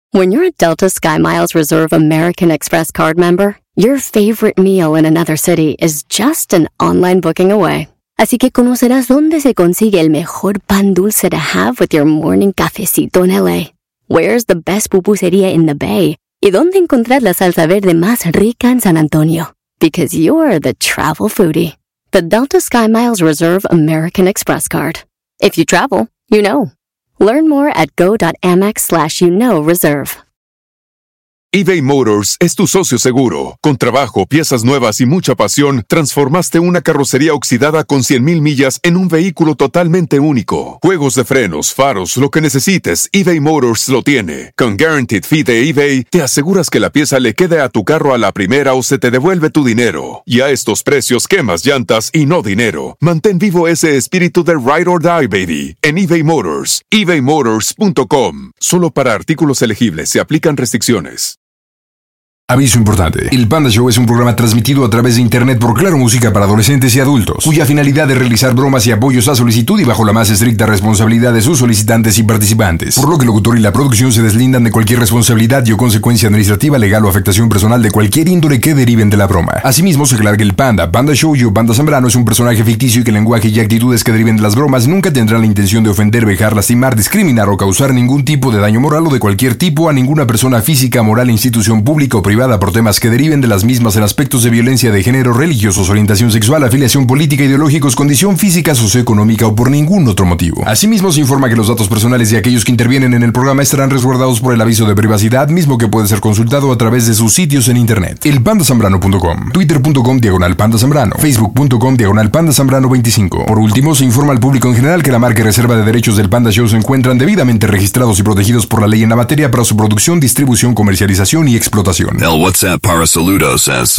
When you're a Delta SkyMiles Reserve American Express card member, your favorite meal in another city is just an online booking away. Así que conocerás dónde se consigue el mejor pan dulce to have with your morning cafecito en LA. Where's the best pupusería in the Bay? Y dónde encontrar la salsa verde más rica en San Antonio. Because you're the travel foodie. The Delta SkyMiles Reserve American Express card. If you travel, you know. Learn more at go.amex/reserve. eBay Motors es tu socio seguro. Con trabajo, piezas nuevas y mucha pasión, transformaste una carrocería oxidada con 100,000 millas en un vehículo totalmente único. Juegos de frenos, faros, lo que necesites, eBay Motors lo tiene. Con Guaranteed Fee de eBay, te aseguras que la pieza le quede a tu carro a la primera o se te devuelve tu dinero. Y a estos precios, quemas llantas y no dinero. Mantén vivo ese espíritu de Ride or Die, baby, en eBay Motors. ebaymotors.com. Solo para artículos elegibles se aplican restricciones. Aviso importante. El Panda Show es un programa transmitido a través de internet por Claro Música para adolescentes y adultos, cuya finalidad es realizar bromas y apoyos a solicitud y bajo la más estricta responsabilidad de sus solicitantes y participantes, por lo que el locutor y la producción se deslindan de cualquier responsabilidad y o consecuencia administrativa, legal o afectación personal de cualquier índole que deriven de la broma. Asimismo, se aclara que el Panda Show y o Panda Zambrano es un personaje ficticio y que el lenguaje y actitudes que deriven de las bromas nunca tendrán la intención de ofender, vejar, lastimar, discriminar o causar ningún tipo de daño moral o de cualquier tipo a ninguna persona física, moral, institución pública o privada por temas que deriven de las mismas en aspectos de violencia de género, religiosos, orientación sexual, afiliación política, ideológicos, condición física, socioeconómica o por ningún otro motivo. Asimismo, se informa que los datos personales de aquellos que intervienen en el programa estarán resguardados por el aviso de privacidad, mismo que puede ser consultado a través de sus sitios en internet. elpandasambrano.com, twitter.com/pandazambrano, facebook.com/pandazambrano25. Por último, se informa al público en general que la marca y reserva de derechos del Panda Show se encuentran debidamente registrados y protegidos por la ley en la materia para su producción, distribución, comercialización y explotación. El WhatsApp para saludos es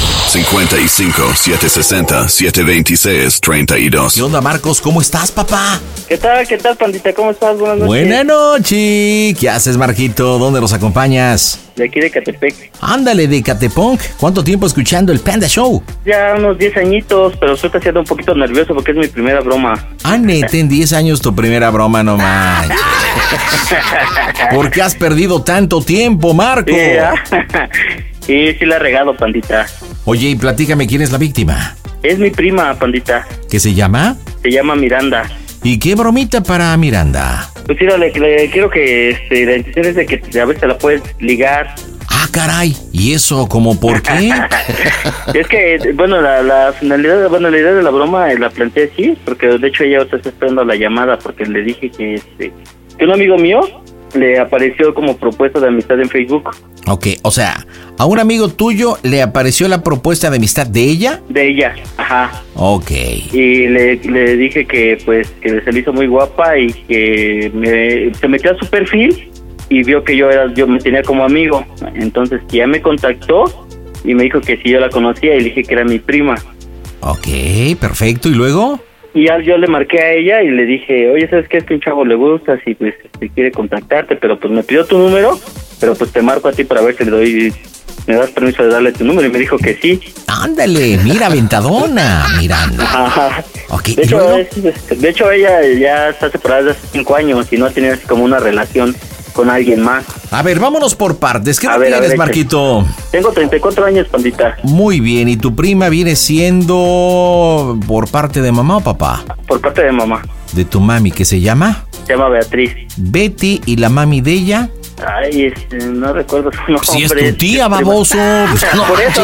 55-760-726-32. ¿Qué onda, Marcos? ¿Cómo estás, papá? ¿Qué tal, pandita? ¿Cómo estás? Buenas noches. Buenas noches. ¿Qué haces, Marquito? ¿Dónde nos acompañas? De aquí de Catepec. Ándale, de Catepunk. ¿Cuánto tiempo escuchando el Panda Show? Ya unos 10 añitos, pero estoy haciendo un poquito nervioso porque es mi primera broma. Ah, neta, en 10 años tu primera broma, no manches. ¿Por qué has perdido tanto tiempo, Marco? Sí, la he regado, pandita. Oye, y platícame, ¿quién es la víctima? Es mi prima, pandita. ¿Qué se llama? Se llama Miranda. ¿Y qué bromita para Miranda? Pues sí, le quiero que la intención es de que a veces te la puedes ligar. Ah, caray. ¿Y eso como por qué? Es que, bueno, la finalidad, la idea de la broma la planteé así, porque de hecho ella ahorita está esperando la llamada porque le dije que un amigo mío le apareció como propuesta de amistad en Facebook. Ok, o sea, ¿a un amigo tuyo le apareció la propuesta de amistad de ella? De ella, ajá. Ok. Y le dije que pues que se le hizo muy guapa y que se metió a su perfil y vio que yo me tenía como amigo. Entonces ya me contactó y me dijo que si yo la conocía y le dije que era mi prima. Ok, perfecto. ¿Y luego? Y yo le marqué a ella y le dije, oye, ¿sabes qué? Es que un chavo le gusta, si pues quiere contactarte, pero pues me pidió tu número, pero pues te marco a ti para ver si me das permiso de darle tu número, y me dijo que sí. Ándale, mira, aventadona, Miranda. Ajá. Okay, de hecho, ella ya está separada desde hace 5 años y no ha tenido así como una relación con alguien más. A ver, vámonos por partes. ¿Qué edad tienes, Marquito? Tengo 34 años, pandita. Muy bien. ¿Y tu prima viene siendo por parte de mamá o papá? Por parte de mamá. ¿De tu mami, qué se llama? Se llama Beatriz. Betty. ¿Y la mami de ella? Ay, no recuerdo su nombre. Si es tu tía, baboso. Pues no, por eso.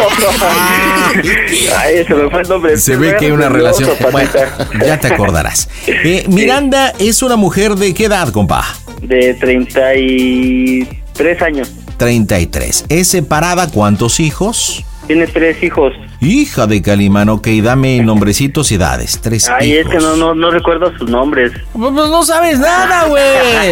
Ay, se me fue el nombre. Se ve que hay una relación. Bueno, ya te acordarás. Miranda es una mujer de qué edad, compa? De 33 años. 33. ¿Es separada? ¿Cuántos hijos? Tiene 3 hijos. Hija de Calimán, ok, dame nombrecitos y edades. 3 Ay, hijos. Es que no recuerdo sus nombres. Pues no sabes nada, güey.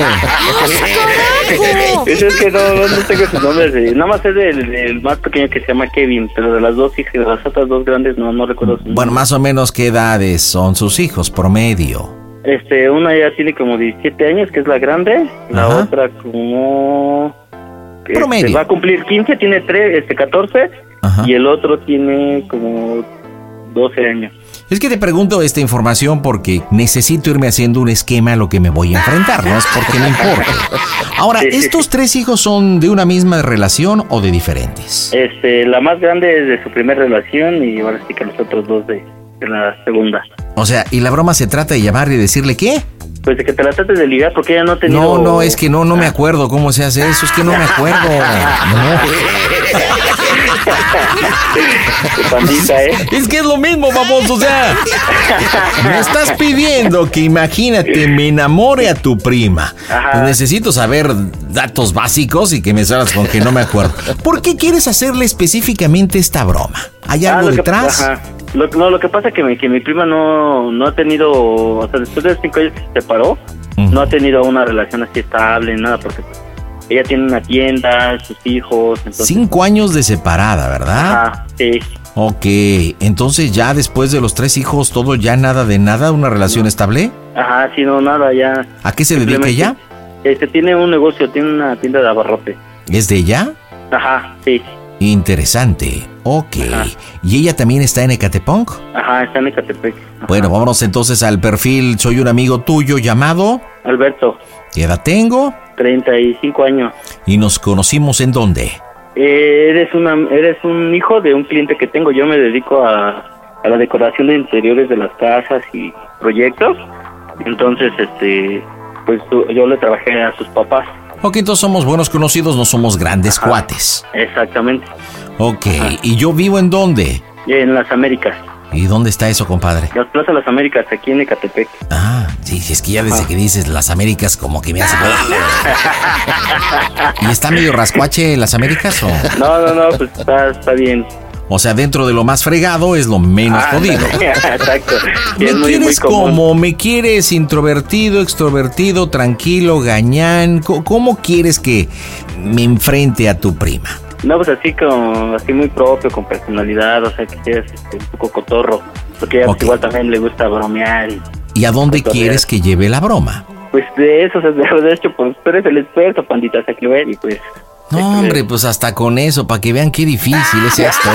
Es que no tengo sus nombres. Nada más es del más pequeño que se llama Kevin, pero de las 2 hijas, de las otras 2 grandes no recuerdo sus nombres. Bueno, más o menos, ¿qué edades son sus hijos, promedio? Una ya tiene como 17 años, que es la grande. La otra como... promedio. Va a cumplir 15, tiene 14. Ajá. Y el otro tiene como 12 años. Es que te pregunto esta información porque necesito irme haciendo un esquema a lo que me voy a enfrentar, no es porque me importe. Ahora, ¿estos 3 hijos son de una misma relación o de diferentes? La más grande es de su primera relación y ahora sí que los otros 2 de la segunda. O sea, ¿y la broma se trata de llamar y decirle qué? Pues de que te la trates de ligar porque ella no ha tenido... No, es que no me acuerdo cómo se hace eso, es que no me acuerdo. Pandita, Es que es lo mismo, baboso, o sea, me estás pidiendo que, imagínate, me enamore a tu prima. Pues necesito saber datos básicos y que me salgas con que no me acuerdo. ¿Por qué quieres hacerle específicamente esta broma? ¿Hay algo detrás? Lo que pasa es que mi prima no ha tenido, o sea, después de 5 años que se separó, no ha tenido una relación así estable, nada, porque ella tiene una tienda, sus hijos. Entonces... 5 años de separada, ¿verdad? Sí. Ok, entonces ya después de los 3 hijos, todo ya nada de nada, una relación estable. Sí, no, nada, ya. ¿A qué se dedica ella? Tiene un negocio, tiene una tienda de abarrotes. ¿Es de ella? Sí. Interesante, ok. ¿Y ella también está en Ecatepec? Está en Ecatepec. Bueno, vámonos entonces al perfil. Soy un amigo tuyo llamado... Alberto. ¿Qué edad tengo? 35 años. ¿Y nos conocimos en dónde? Eres un hijo de un cliente que tengo. Yo me dedico a la decoración de interiores de las casas y proyectos. Entonces, pues yo le trabajé a sus papás. Ok, entonces somos buenos conocidos, no somos grandes cuates. Exactamente. Ok, ¿y yo vivo en dónde? En las Américas. ¿Y dónde está eso, compadre? Las Plazas Las Américas, aquí en Ecatepec. Sí, es que ya desde que dices Las Américas como que me hace... ¿Y está medio rascuache Las Américas o...? No, pues está bien. O sea, dentro de lo más fregado es lo menos jodido. Exacto. ¿Me quieres como? ¿Me quieres introvertido, extrovertido, tranquilo, gañán? ¿Cómo quieres que me enfrente a tu prima? No, pues así muy propio, con personalidad, o sea, que seas un poco cotorro. Porque ella igual también le gusta bromear. ¿Y a dónde quieres que lleve la broma? Pues de eso, de hecho, pues tú eres el experto, pandita, o sea, que ver y pues... No, hombre, pues hasta con eso, para que vean qué difícil es esto,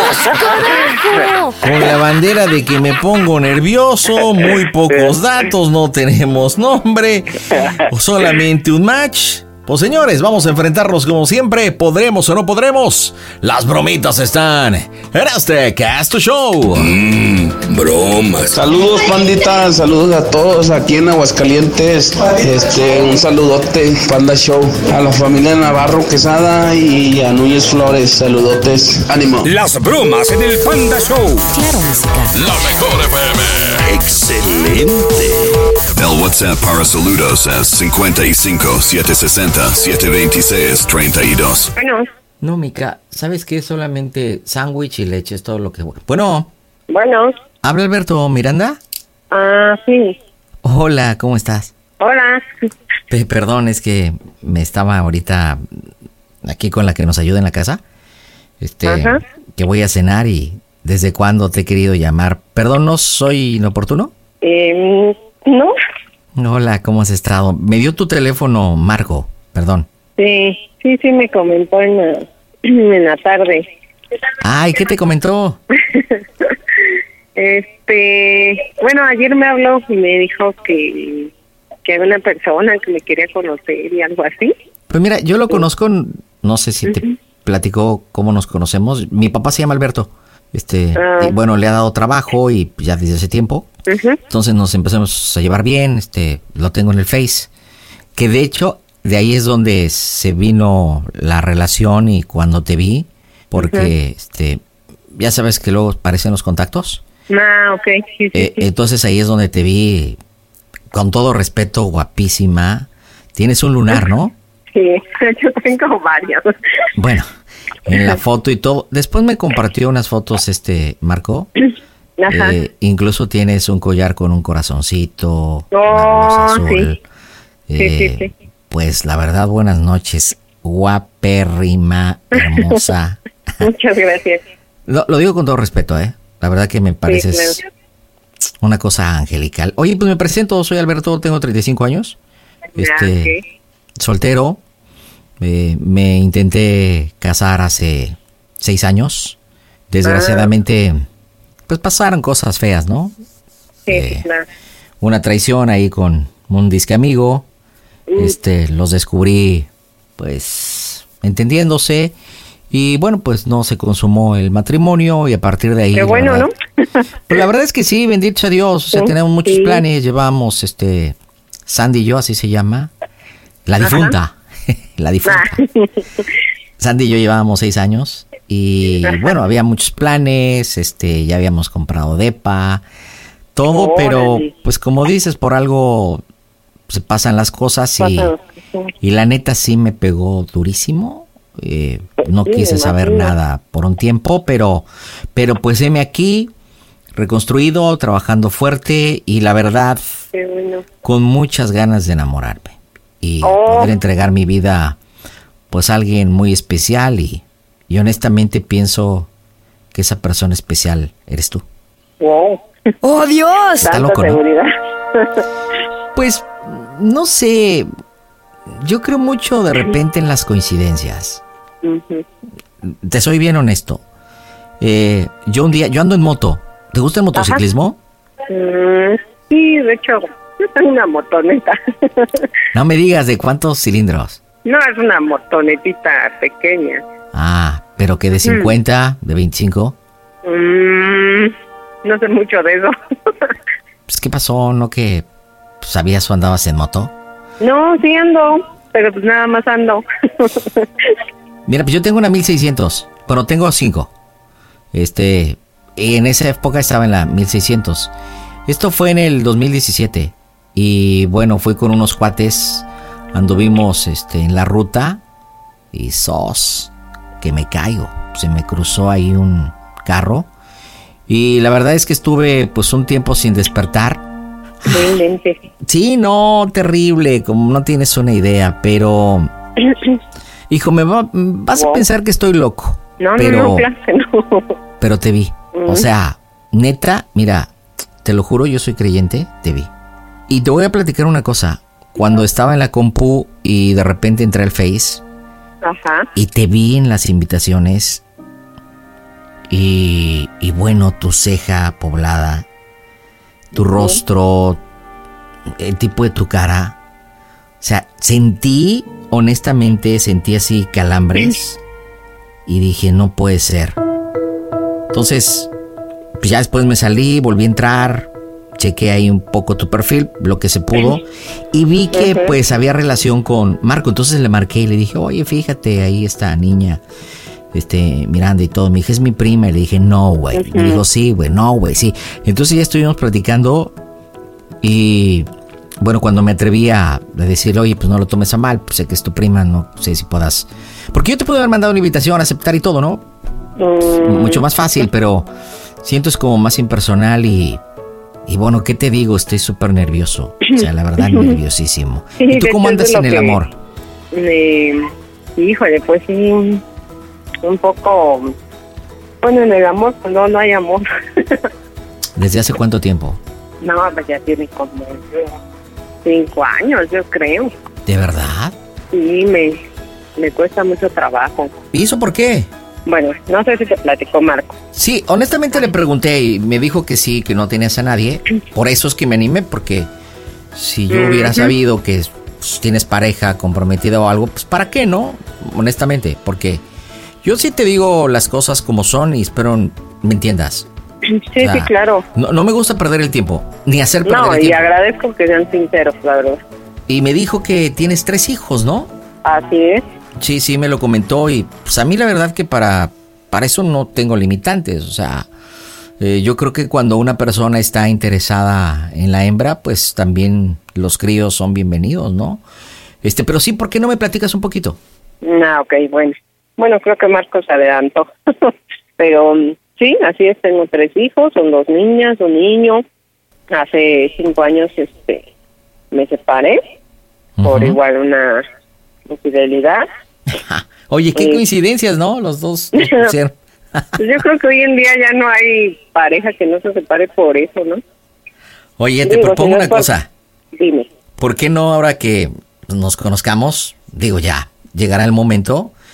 Con la bandera de que me pongo nervioso, muy pocos datos, no tenemos nombre, o solamente un match. Pues señores, vamos a enfrentarnos como siempre, ¿podremos o no podremos? Las bromitas están en este Casto Show. Bromas. Saludos, pandita, saludos a todos aquí en Aguascalientes. Un saludote, Panda Show. A la familia Navarro Quesada y a Núñez Flores, saludotes. Ánimo. Las bromas en el Panda Show. Claro, música. La mejor FM. Excelente. El WhatsApp para saludos es 55 760 726 32. No, Mica, ¿sabes qué? Solamente sándwich y leche es todo lo que... Bueno. ¿Habla Alberto Miranda? Sí. Hola, ¿cómo estás? Hola. Perdón, es que me estaba ahorita aquí con la que nos ayuda en la casa. Que voy a cenar y ¿desde cuándo te he querido llamar? Perdón, ¿no soy inoportuno? No. Hola, ¿cómo has estado? Me dio tu teléfono Marco, perdón. Sí, me comentó en la tarde. Ay, ¿qué te comentó? Bueno, ayer me habló y me dijo que había una persona que me quería conocer y algo así. Pues mira, yo lo conozco, no sé si te platicó cómo nos conocemos. Mi papá se llama Alberto. Y bueno, le ha dado trabajo y ya desde hace tiempo. Entonces nos empezamos a llevar bien, lo tengo en el Face. Que de hecho, de ahí es donde se vino la relación y cuando te vi, porque ya sabes que luego aparecen los contactos. Ok. Sí. Entonces ahí es donde te vi, con todo respeto, guapísima. Tienes un lunar, ¿no? Sí, yo tengo varias. Bueno, en la foto y todo. Después me compartió unas fotos, Marco. Ajá. Incluso tienes un collar con un corazoncito. Una luz azul. Sí. Pues la verdad, buenas noches. Guapérrima, hermosa. Muchas gracias. Lo digo con todo respeto, La verdad que me pareces una cosa angelical. Oye, pues me presento, soy Alberto, tengo 35 años. Soltero. Me intenté casar hace 6 años. Desgraciadamente pues pasaron cosas feas, ¿no? Sí, claro. Una traición ahí con un disque amigo. Los descubrí, pues, entendiéndose. Y bueno, pues no se consumó el matrimonio y a partir de ahí... Qué bueno, verdad, ¿no? Pues la verdad es que sí, bendito sea Dios. O sea, tenemos muchos planes. Llevamos, Sandy y yo, así se llama. La difunta. La difunta. Sandy y yo llevábamos 6 años. Y bueno, había muchos planes. Ya habíamos comprado depa. Todo, pero pues como dices, por algo se pasan las cosas y la neta sí me pegó durísimo. No quise saber nada por un tiempo, pero pues heme aquí, reconstruido, trabajando fuerte y la verdad, con muchas ganas de enamorarme y poder entregar mi vida pues a alguien muy especial y honestamente pienso que esa persona especial eres tú. Wow. ¡Oh, Dios! Está loco, ¿no? Pues, no sé, yo creo mucho de repente en las coincidencias. Te soy bien honesto. Yo ando en moto. ¿Te gusta el motociclismo? Sí, de hecho, yo tengo una motoneta. No me digas de cuántos cilindros. No, es una motonetita pequeña. Ah, pero que de 50, de 25. No sé mucho de eso. Pues, ¿qué pasó? ¿No que sabías o andabas en moto? No, sí ando, pero pues nada más ando. Mira, pues yo tengo una 1600, pero tengo 5. En esa época estaba en la 1600. Esto fue en el 2017. Y bueno, fui con unos cuates, anduvimos en la ruta y que me caigo. Se me cruzó ahí un carro. Y la verdad es que estuve pues un tiempo sin despertar. Sí, no, terrible, como no tienes una idea, pero... Hijo, vas a pensar que estoy loco. No, claro que no. Pero te vi. O sea, neta, mira, te lo juro, yo soy creyente, te vi. Y te voy a platicar una cosa. Cuando estaba en la compu y de repente entré al Face y te vi en las invitaciones... Y bueno, tu ceja poblada, tu rostro, el tipo de tu cara. O sea, honestamente, sentí así calambres y dije, no puede ser. Entonces, pues ya después me salí, volví a entrar, chequé ahí un poco tu perfil, lo que se pudo, y vi que pues había relación con Marco. Entonces le marqué y le dije, oye, fíjate, ahí está niña. Miranda y todo, me dije, es mi prima, y le dije, no, güey, me dijo, sí, güey, no, güey, sí. Entonces ya estuvimos platicando y, bueno, cuando me atreví a decirle, oye, pues no lo tomes a mal, pues sé que es tu prima, no sé si puedas, porque yo te puedo haber mandado una invitación, aceptar y todo, ¿no? Mucho más fácil, pero siento es como más impersonal y bueno, ¿qué te digo? Estoy súper nervioso, o sea, la verdad, nerviosísimo. Sí, ¿y tú cómo andas en el amor? Híjole, pues sí, un poco, bueno, en el amor, pues no hay amor. ¿Desde hace cuánto tiempo? No, pues ya tiene como 5 años, yo creo. ¿De verdad? Sí, me cuesta mucho trabajo. ¿Y eso por qué? Bueno, no sé si te platicó Marco. Sí, honestamente le pregunté y me dijo que sí, que no tenías a nadie. Por eso es que me animé, porque si yo hubiera sabido que pues, tienes pareja comprometida o algo, pues ¿para qué, no? Honestamente, porque... Yo sí te digo las cosas como son y espero me entiendas. Sí, o sea, sí, claro. No me gusta perder el tiempo, ni hacer perder el tiempo. No, y agradezco que sean sinceros, la verdad. Y me dijo que tienes 3 hijos, ¿no? Así es. Sí, me lo comentó y pues a mí la verdad que para eso no tengo limitantes. O sea, yo creo que cuando una persona está interesada en la hembra, pues también los críos son bienvenidos, ¿no? Pero sí, ¿por qué no me platicas un poquito? Ok, bueno. Bueno, creo que Marco se adelantó. Pero sí, así es, tengo 3 hijos, son 2 niñas, un niño. Hace 5 años me separé por igual una infidelidad. Oye, qué coincidencias, ¿no? Los dos nos pusieron. Yo creo que hoy en día ya no hay pareja que no se separe por eso, ¿no? Oye, te propongo una cosa. Dime. ¿Por qué no ahora que nos conozcamos? Digo, ya, llegará el momento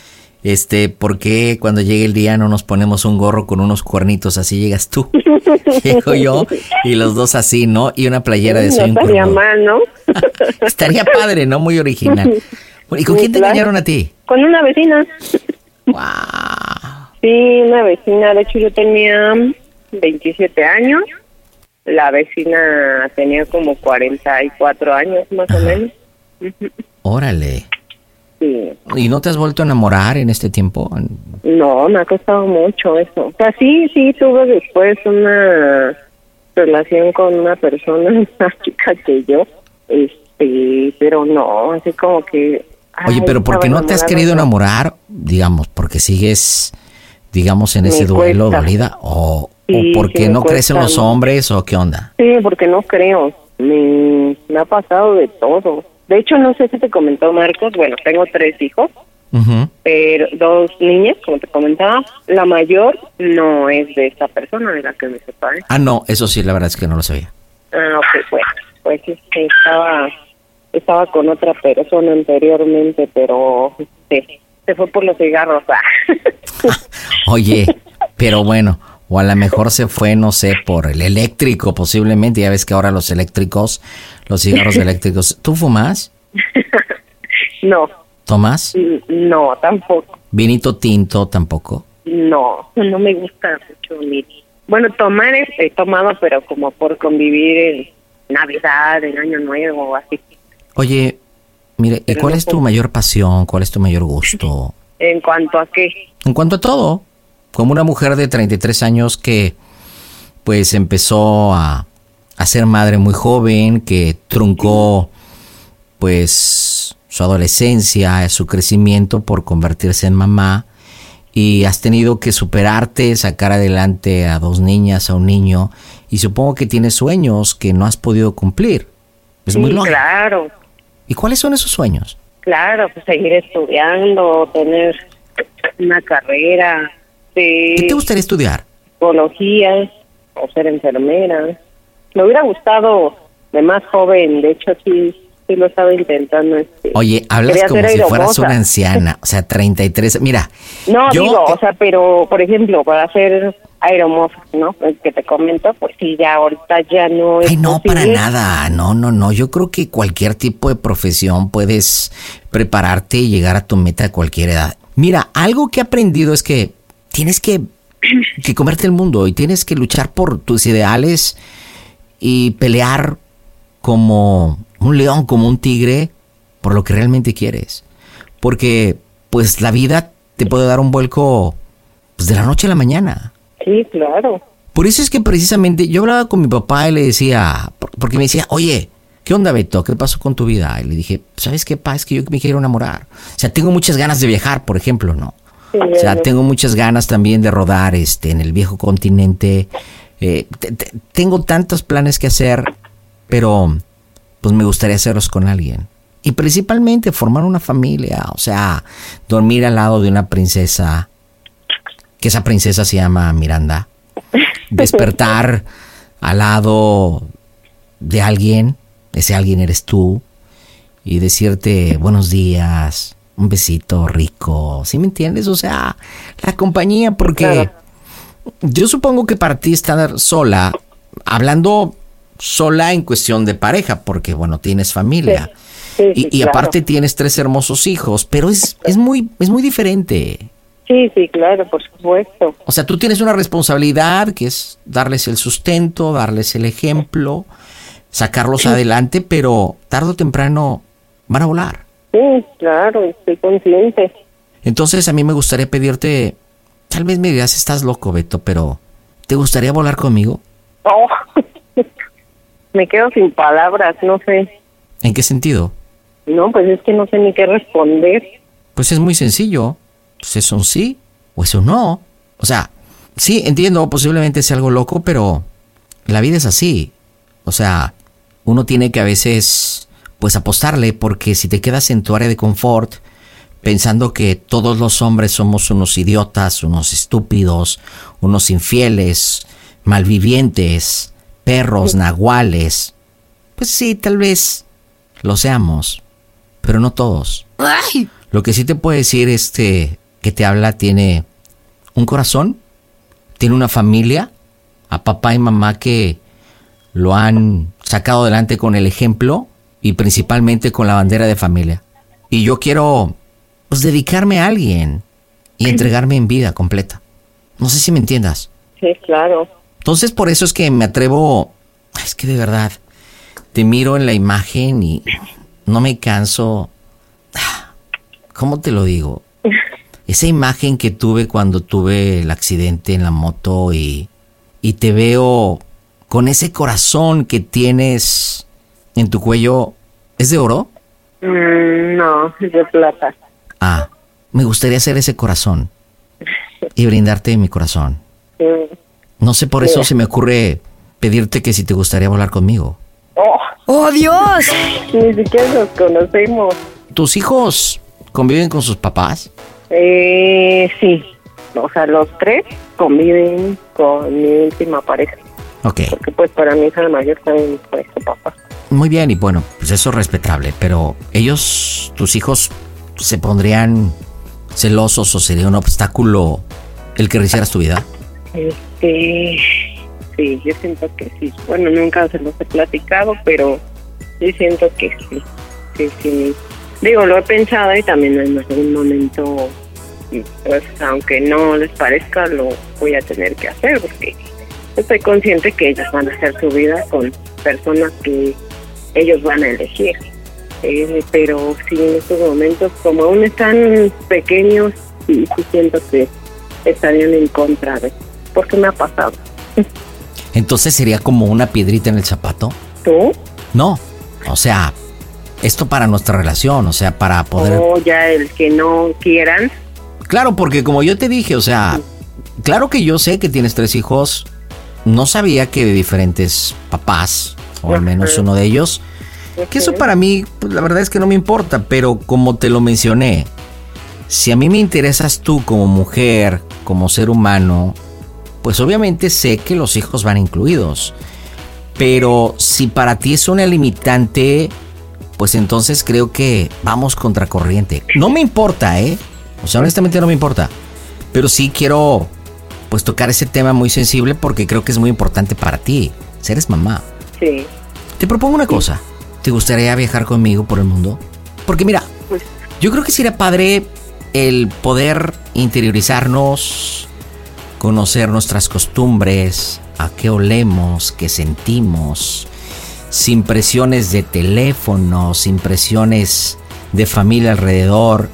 ¿por qué cuando llegue el día no nos ponemos un gorro con unos cuernitos? Así llegas tú, llego yo, y los dos así, ¿no? Y una playera de Soy un Cuervo. No estaría mal, ¿no? Estaría padre, ¿no? Muy original. ¿Y con quién te engañaron a ti? Con una vecina. ¡Wow! Sí, una vecina. De hecho, yo tenía 27 años. La vecina tenía como 44 años, más o menos. Órale. Sí. ¿Y no te has vuelto a enamorar en este tiempo? No, me ha costado mucho eso. O sea, sí, tuve después una relación con una persona más chica que yo, pero no, así como que... Oye, pero ¿por qué no te has querido enamorar? Digamos, porque sigues, digamos, en ese duelo, dolida, o porque no crees en los hombres, o qué onda. Sí, porque no creo. Me ha pasado de todo. De hecho, no sé si te comentó Marcos, bueno, tengo 3 hijos, pero 2 niñas, como te comentaba. La mayor no es de esta persona de la que me separé. Ah, no, eso sí, la verdad es que no lo sabía. Ah, ok, bueno, pues estaba con otra persona anteriormente, pero se fue por los cigarros. Oye, pero bueno, o a lo mejor se fue, no sé, por el eléctrico posiblemente. Ya ves que ahora los cigarros eléctricos. ¿Tú fumas? No. ¿Tomas? No, tampoco. ¿Vinito tinto tampoco? No me gusta mucho. Bueno, tomar he tomado, pero como por convivir en Navidad, en Año Nuevo o así. Oye, mire, ¿y cuál es tu mayor pasión? ¿Cuál es tu mayor gusto? ¿En cuanto a qué? En cuanto a todo. Como una mujer de 33 años que pues empezó a ser madre muy joven, que truncó pues su adolescencia, su crecimiento por convertirse en mamá, y has tenido que superarte, sacar adelante a 2 niñas, a un niño, y supongo que tienes sueños que no has podido cumplir. Es muy lógico. Claro. ¿Y cuáles son esos sueños? Claro, pues seguir estudiando, tener una carrera. ¿Qué te gustaría estudiar? Psicología o ser enfermera. Me hubiera gustado de más joven, de hecho sí lo estaba intentando. Oye, hablas como si fueras una anciana, o sea, 33, mira. No, o sea, pero por ejemplo, para hacer aeromoza, ¿no? El que te comento, pues sí, ya ahorita ya no es. Ay, no, posible. para nada, no, yo creo que cualquier tipo de profesión puedes prepararte y llegar a tu meta a cualquier edad. Mira, algo que he aprendido es que tienes que comerte el mundo y tienes que luchar por tus ideales y pelear como un león, como un tigre, por lo que realmente quieres. Porque, pues, la vida te puede dar un vuelco pues, de la noche a la mañana. Sí, claro. Por eso es que precisamente yo hablaba con mi papá y le decía, porque me decía, oye, ¿qué onda, Beto? ¿Qué pasó con tu vida? Y le dije, ¿sabes qué, pa? Es que yo me quiero enamorar. O sea, tengo muchas ganas de viajar, por ejemplo, ¿no? Sí, o sea, tengo muchas ganas también de rodar en el viejo continente. Tengo tantos planes que hacer, pero pues me gustaría hacerlos con alguien. Y principalmente formar una familia, o sea, dormir al lado de una princesa, que esa princesa se llama Miranda. Despertar al lado de alguien, ese alguien eres tú, y decirte buenos días, un besito rico, ¿sí me entiendes? O sea, la compañía, porque claro. Yo supongo que para ti estar sola, hablando sola en cuestión de pareja, porque bueno, tienes familia, sí, y claro. Aparte tienes 3 hermosos hijos, pero es muy diferente. Sí, claro, por supuesto. O sea, tú tienes una responsabilidad que es darles el sustento, darles el ejemplo, sacarlos adelante, pero tarde o temprano van a volar. Sí, claro, estoy consciente. Entonces a mí me gustaría pedirte, tal vez me digas, estás loco, Beto, pero ¿te gustaría volar conmigo? Oh, me quedo sin palabras, no sé. ¿En qué sentido? No, pues es que no sé ni qué responder. Pues es muy sencillo. Pues es un sí o es un no. O sea, sí, entiendo, posiblemente sea algo loco, pero la vida es así. O sea, uno tiene que a veces, pues, apostarle, porque si te quedas en tu área de confort, pensando que todos los hombres somos unos idiotas, unos estúpidos, unos infieles, malvivientes, perros, nahuales, pues sí, tal vez lo seamos, pero no todos. ¡Ay! Lo que sí te puedo decir es que que te habla tiene un corazón, tiene una familia, a papá y mamá que lo han sacado adelante con el ejemplo y principalmente con la bandera de familia. Y yo quiero, pues, dedicarme a alguien y entregarme en vida completa. No sé si me entiendas. Sí, claro. Entonces, por eso es que me atrevo, es que de verdad, te miro en la imagen y no me canso. ¿Cómo te lo digo? Esa imagen que tuve cuando tuve el accidente en la moto y te veo con ese corazón que tienes en tu cuello. ¿Es de oro? No, es de plata. Ah, me gustaría hacer ese corazón y brindarte mi corazón. No sé, por eso se me ocurre pedirte que si te gustaría volar conmigo. ¡Oh, Dios! Ni siquiera nos conocemos. ¿Tus hijos conviven con sus papás? Sí. O sea, los 3 conviven con mi última pareja. Ok. Porque pues para mi hija mayor también fue su papá. Muy bien, y bueno, pues eso es respetable, pero ellos, tus hijos, ¿se pondrían celosos o sería un obstáculo el que rehicieras tu vida? Sí, yo siento que sí. Bueno, nunca se los he platicado, pero sí siento que sí. Sí. Digo, lo he pensado y también en algún momento, pues aunque no les parezca, lo voy a tener que hacer porque estoy consciente que ellos van a hacer su vida con personas que ellos van a elegir. Pero sí, en estos momentos, como aún están pequeños, sí siento que estarían en contra de... Porque me ha pasado. Entonces sería como una piedrita en el zapato. ¿Tú? No, o sea, esto para nuestra relación, o sea, para poder... ya el que no quieran. Claro, porque como yo te dije, o sea, claro que yo sé que tienes 3 hijos, no sabía que de diferentes papás, o al menos uno de ellos, que eso para mí, pues, la verdad es que no me importa, pero como te lo mencioné, si a mí me interesas tú como mujer, como ser humano, pues obviamente sé que los hijos van incluidos. Pero si para ti es una limitante, pues entonces creo que vamos contracorriente. No me importa, o sea, honestamente no me importa. Pero sí quiero, pues, tocar ese tema muy sensible porque creo que es muy importante para ti. Si eres mamá. Sí. Te propongo una cosa. ¿Te gustaría viajar conmigo por el mundo? Porque mira, yo creo que sería padre el poder interiorizarnos, conocer nuestras costumbres, a qué olemos, qué sentimos, sin presiones de teléfono, sin presiones de familia alrededor.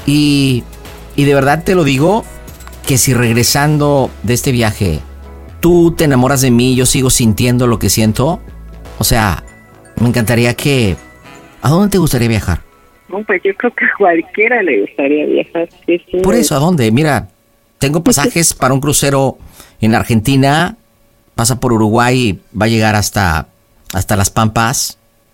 Y de verdad te lo digo, que si regresando de este viaje tú te enamoras de mí y yo sigo sintiendo lo que siento, o sea, me encantaría que... ¿A dónde te gustaría viajar? No, pues yo creo que a cualquiera le gustaría viajar. Sí. Por eso, ¿a dónde? Mira, tengo pasajes para un crucero en Argentina, pasa por Uruguay y va a llegar hasta Las Pampas,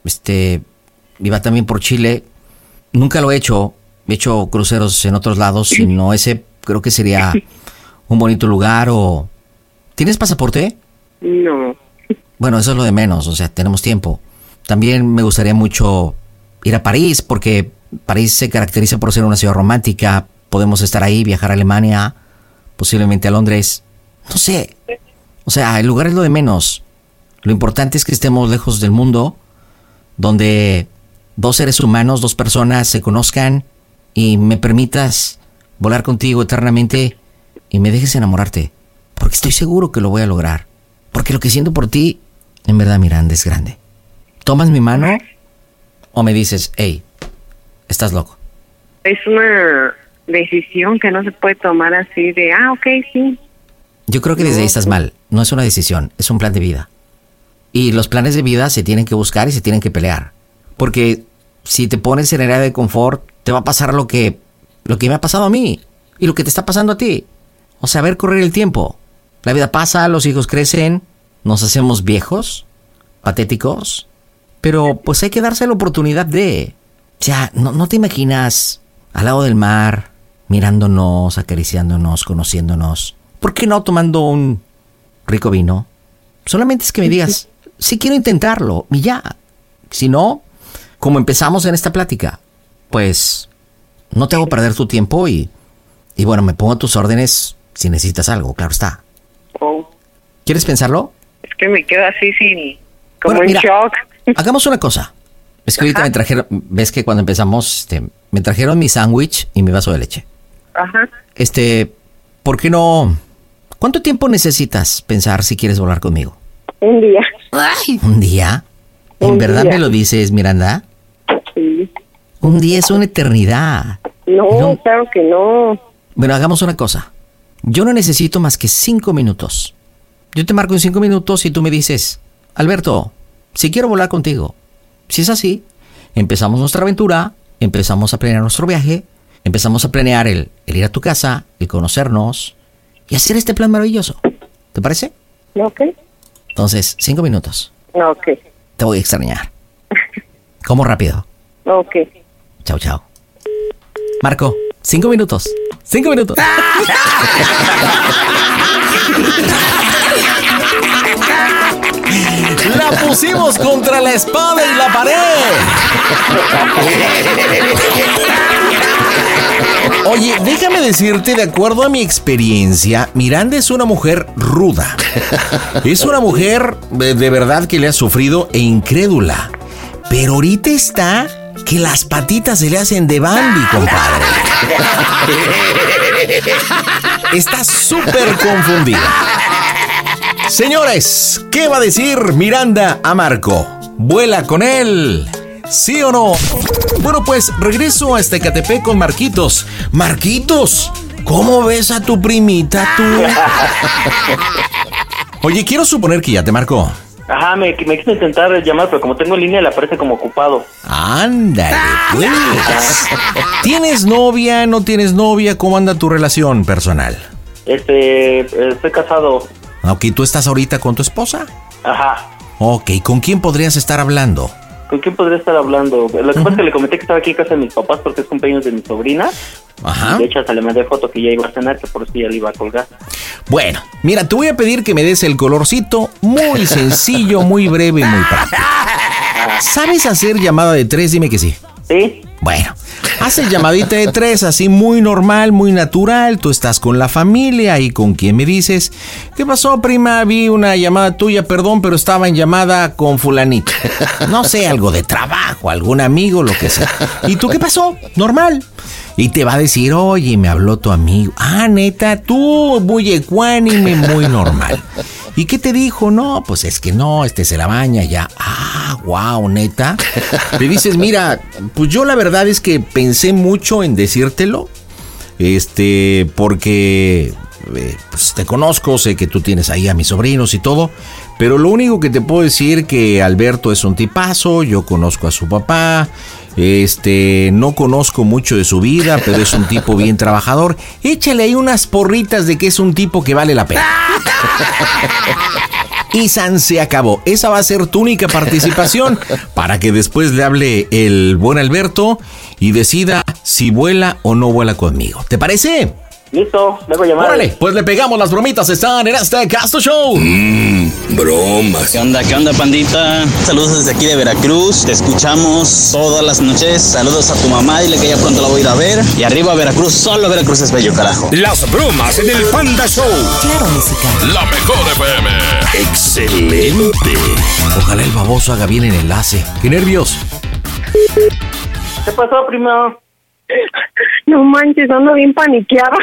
y va también por Chile. Nunca lo he hecho cruceros en otros lados, sino ese creo que sería un bonito lugar. O ¿tienes pasaporte? No. Bueno, eso es lo de menos, o sea, tenemos tiempo. También me gustaría mucho ir a París, porque París se caracteriza por ser una ciudad romántica. Podemos estar ahí, viajar a Alemania, posiblemente a Londres. No sé. O sea, el lugar es lo de menos. Lo importante es que estemos lejos del mundo, donde 2 seres humanos, 2 personas se conozcan y me permitas volar contigo eternamente y me dejes enamorarte. Porque estoy seguro que lo voy a lograr. Porque lo que siento por ti, en verdad, Miranda, es grande. ¿Tomas mi mano o me dices, hey, estás loco? Es una decisión que no se puede tomar así de, ok, sí. Yo creo que desde ahí estás mal. No es una decisión, es un plan de vida. Y los planes de vida se tienen que buscar y se tienen que pelear. Porque si te pones en el área de confort, te va a pasar lo que me ha pasado a mí y lo que te está pasando a ti. O sea, ver correr el tiempo. La vida pasa, los hijos crecen, nos hacemos viejos, patéticos, pero pues hay que darse la oportunidad de... O sea, no te imaginas al lado del mar, mirándonos, acariciándonos, conociéndonos. ¿Por qué no tomando un rico vino? Solamente es que me digas, sí quiero intentarlo, y ya. Si no, como empezamos en esta plática, pues no te hago perder tu tiempo y Y bueno, me pongo a tus órdenes si necesitas algo, claro está. Oh. ¿Quieres pensarlo? Es que me quedo así como Bueno, en mira, shock. Hagamos una cosa. Es que ahorita me trajeron, ves que cuando empezamos, me trajeron mi sándwich y mi vaso de leche. Ajá. ¿Por qué no? ¿Cuánto tiempo necesitas pensar si quieres volar conmigo? Un día. ¿Un día? ¿En verdad me lo dices, Miranda? Sí. Un día es una eternidad. No, claro que no. Bueno, hagamos una cosa. Yo no necesito más que 5 minutos. Yo te marco en 5 minutos y tú me dices, Alberto, si quiero volar contigo. Si es así, empezamos nuestra aventura, empezamos a planear nuestro viaje, empezamos a planear el ir a tu casa, el conocernos y hacer este plan maravilloso. ¿Te parece? Ok. Entonces, 5 minutos. Ok. Te voy a extrañar. ¿Cómo rápido? Ok. Chao, chao. Marco, 5 minutos. 5 minutos. La pusimos contra la espada y la pared. Oye, déjame decirte, de acuerdo a mi experiencia, Miranda es una mujer ruda. Es una mujer de verdad que le ha sufrido e incrédula. Pero ahorita está que las patitas se le hacen de Bambi, compadre. Está súper confundida. Señores, ¿qué va a decir Miranda a Marco? ¿Vuela con él? ¿Sí o no? Bueno, pues regreso a Ecatepec con Marquitos. Marquitos, ¿cómo ves a tu primita tú? Oye, quiero suponer que ya te marcó. Ajá, me quiso intentar llamar, pero como tengo en línea le aparece como ocupado. Ándale, pues. ¿Tienes novia, no tienes novia? ¿Cómo anda tu relación personal? Estoy casado. Ok, ¿tú estás ahorita con tu esposa? Ajá. Ok, ¿con quién podrías estar hablando? ¿Con quién podría estar hablando? Lo que pasa es que le comenté que estaba aquí en casa de mis papás porque es cumpleaños de mi sobrina. Ajá. De hecho, hasta le mandé foto que ya iba a cenar, que por eso ya le iba a colgar. Bueno, mira, te voy a pedir que me des el colorcito muy sencillo, muy breve y muy práctico. ¿Sabes hacer llamada de 3? Dime que sí. Sí. Bueno, haces llamadita de 3, así muy normal, muy natural. Tú estás con la familia y con quien me dices, ¿qué pasó, prima? Vi una llamada tuya, perdón, pero estaba en llamada con fulanito. No sé, algo de trabajo, algún amigo, lo que sea. ¿Y tú qué pasó? Normal. Y te va a decir, oye, me habló tu amigo. Ah, neta, tú, muy ecuánime, muy normal. ¿Y qué te dijo? No, pues es que no, se la baña ya. Ah, wow, neta. Le dices, mira, pues yo la verdad es que pensé mucho en decírtelo. Porque pues te conozco, sé que tú tienes ahí a mis sobrinos y todo. Pero lo único que te puedo decir que Alberto es un tipazo, yo conozco a su papá. No conozco mucho de su vida, pero es un tipo bien trabajador. Échale ahí unas porritas de que es un tipo que vale la pena. Y san se acabó. Esa va a ser tu única participación para que después le hable el buen Alberto y decida si vuela o no vuela conmigo. ¿Te parece? Listo, le voy a llamar. Órale, pues le pegamos, las bromitas están en este Casto Show. Bromas. ¿Qué onda, pandita? Saludos desde aquí de Veracruz. Te escuchamos todas las noches. Saludos a tu mamá, dile que ya pronto la voy a ir a ver. Y arriba Veracruz, solo Veracruz es bello, carajo. Las bromas en el Panda Show. Claro, música. La mejor FM. Excelente. Ojalá el baboso haga bien el enlace. ¡Qué nervios! ¿Qué pasó, primo? No manches, ando bien paniqueada.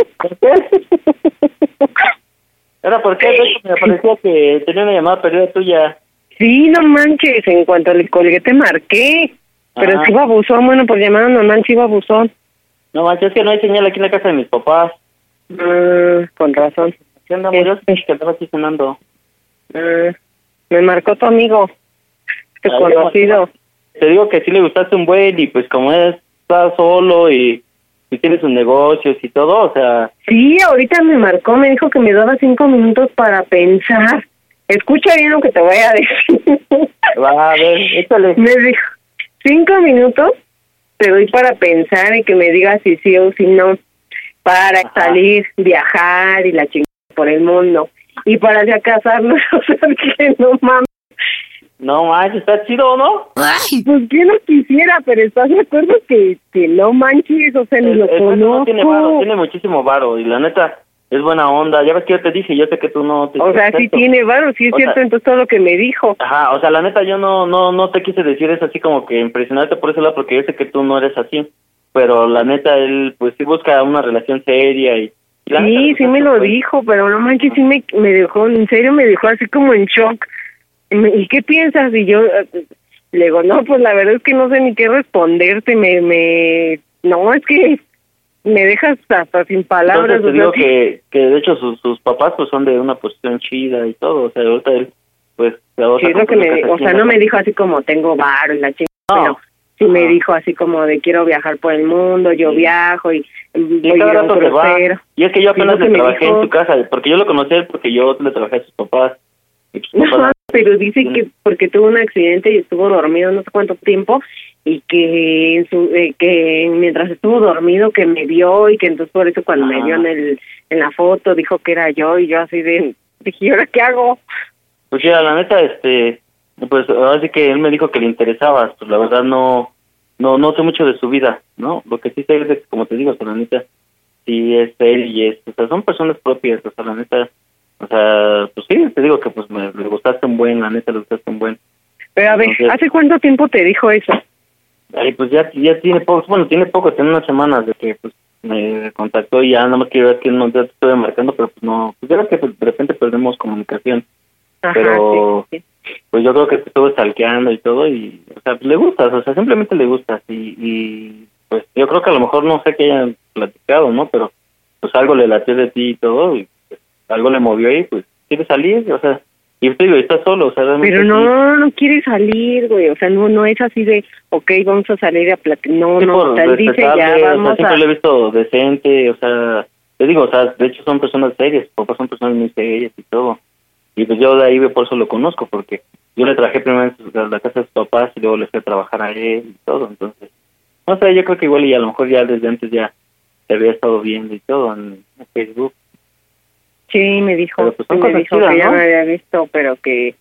Era porque me parecía que tenía una llamada perdida tuya. Sí, no manches, en cuanto le colgué te marqué. Pero sí iba buzón, bueno, por llamada normal sí iba buzón. No manches, es que no hay señal aquí en la casa de mis papás. Con razón. ¿Qué onda, amor? Que estaba aquí cenando. Me marcó tu amigo. Conocido. Te digo que sí le gustaste un buen y pues como está solo y tiene sus negocios y todo, o sea... Sí, ahorita me marcó, me dijo que me daba 5 minutos para pensar. Escucha bien lo que te voy a decir. Va, a ver, échale. Me dijo, 5 minutos te doy para pensar y que me digas si sí o si no, para salir, viajar y la chingada por el mundo. Y para ya casarnos, o sea, que no mames. No manches, está chido, ¿no? Pues yo no quisiera, pero ¿estás de acuerdo que no manches? O sea, ni lo conozco. No tiene varo, tiene muchísimo varo, y la neta, es buena onda. Ya ves que yo te dije, yo sé que tú no te... O sea, sí tiene varo, sí es cierto, entonces todo lo que me dijo. Ajá, o sea, la neta, yo no te quise decir eso así como que impresionarte por ese lado, porque yo sé que tú no eres así. Pero la neta, él, pues sí busca una relación seria y... Sí, sí me lo dijo, pero no manches, sí me dejó, en serio me dejó así como en shock. ¿Y qué piensas? Y yo le digo, no, pues la verdad es que no sé ni qué responderte, no, es que me dejas hasta sin palabras. Entonces te digo que de hecho sus papás pues son de una posición chida y todo, o sea, ahorita él, pues... Sí, es lo que o sea, no me dijo así como tengo varo y la chingada, pero sí me dijo así como de quiero viajar por el mundo, yo viajo y voy cada a rato se va. Y es que yo apenas le trabajé en su casa, porque yo lo conocí a él porque yo le trabajé a sus papás. No, pero dice que porque tuvo un accidente y estuvo dormido no sé cuánto tiempo y que que mientras estuvo dormido que me vio y que entonces por eso cuando me vio en la foto dijo que era yo y yo así dije, ¿y ahora qué hago? Pues ya, la neta, pues ahora sí que él me dijo que le interesabas, pues la verdad no sé mucho de su vida, ¿no? Lo que sí sé es de, como te digo, o sea, la neta, sí es él y o sea, son personas propias, o sea, la neta, o sea, pues sí, te digo que pues le gustaste un buen, la neta le gustaste un buen. Pero a ver, ¿hace cuánto tiempo te dijo eso? Ay, pues ya tiene poco, tiene unas semanas de que pues me contactó y ya nada más quiero ver que no te estoy marcando, pero pues no, pues ya ves que pues, de repente perdemos comunicación. Ajá, pero sí. Pues yo creo que te estuvo stalkeando y todo y, o sea, pues le gustas, o sea, simplemente le gustas y pues yo creo que a lo mejor no sé que hayan platicado, ¿no? Pero pues algo le latió de ti y todo y pues, algo le movió ahí, pues quiere salir, o sea, y te digo, está solo, o sea, realmente... Pero no quiere salir, güey, o sea, no es así de, okay, vamos a salir a platicar, no, o sea, él dice ya, vamos o sea, siempre lo he visto decente, o sea, te digo, o sea, de hecho son personas serias, papás son personas muy serias y todo. Y pues yo de ahí por eso lo conozco, porque yo le traje primero a la casa de sus papás y luego le fui a trabajar a él y todo, entonces, no sé, yo creo que igual y a lo mejor ya desde antes ya se había estado viendo y todo en Facebook. Sí, me dijo, pues me dijo que ya me había visto, pero que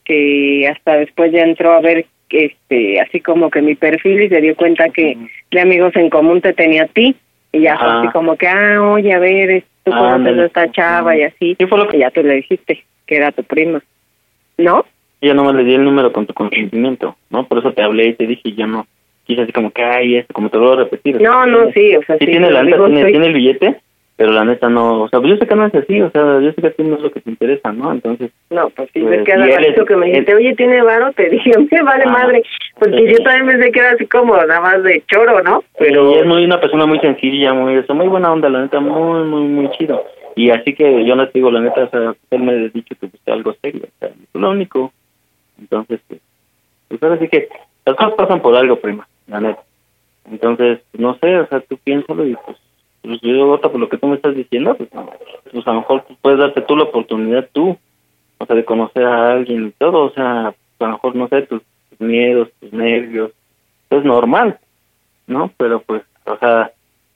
hasta después ya entró a ver así como que mi perfil y se dio cuenta que de amigos en común te tenía a ti y ya fue así como que, oye, a ver, tú conoces a esta chava y así, sí, fue lo que... y ya tú le dijiste que era tu prima, ¿no? Yo nomás le di el número con tu consentimiento, ¿no? Por eso te hablé y te dije, yo no quise así como que, como te lo voy a repetir. No, sí, o sea, sí. Tiene la neta, tiene el billete, pero la neta no, o sea, pues yo sé que no es así, o sea, yo sé que a ti no es lo que te interesa, ¿no? Entonces... No, pues sí, es que cada ratito que me dijiste, oye, ¿tiene varo? Te dije, me vale madre, porque yo también pensé que era así como nada más de choro, ¿no? Pero... es una persona muy sencilla, muy buena onda, la neta, muy, muy, muy chido. Y así que yo no te digo, la neta, o sea, él me ha dicho que busque algo serio, o sea, es lo único. Entonces, pues ahora sí que las cosas pasan por algo, prima, la neta. Entonces, no sé, o sea, tú piénsalo y pues yo ahorita por lo que tú me estás diciendo, pues a lo mejor puedes darte tú la oportunidad o sea, de conocer a alguien y todo, o sea, a lo mejor, no sé, tus miedos, tus nervios, es normal, ¿no? Pero pues, o sea,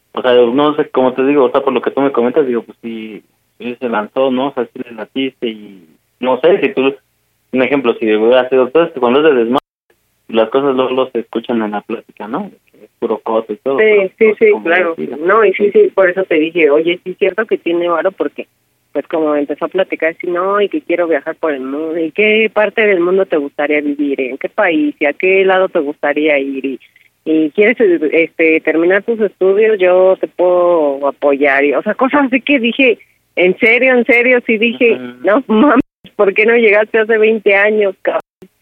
no sé, como te digo, o sea, por lo que tú me comentas, digo, pues sí se lanzó, ¿no? O sea, sí le latiste y no sé, si tú, un ejemplo, si hubiera sido, entonces cuando es de desmadre, las cosas luego se escuchan en la plática, ¿no? Es puro coto y todo. Sí, claro. No, y sí, por eso te dije, oye, sí es cierto que tiene varo porque, pues como empezó a platicar, así, no, y que quiero viajar por el mundo, ¿y qué parte del mundo te gustaría vivir? ¿En qué país? ¿Y a qué lado te gustaría ir? Y quieres terminar tus estudios, yo te puedo apoyar. O sea, cosas así que dije, en serio, sí dije, no, mames, ¿por qué no llegaste hace 20 años, cabrón?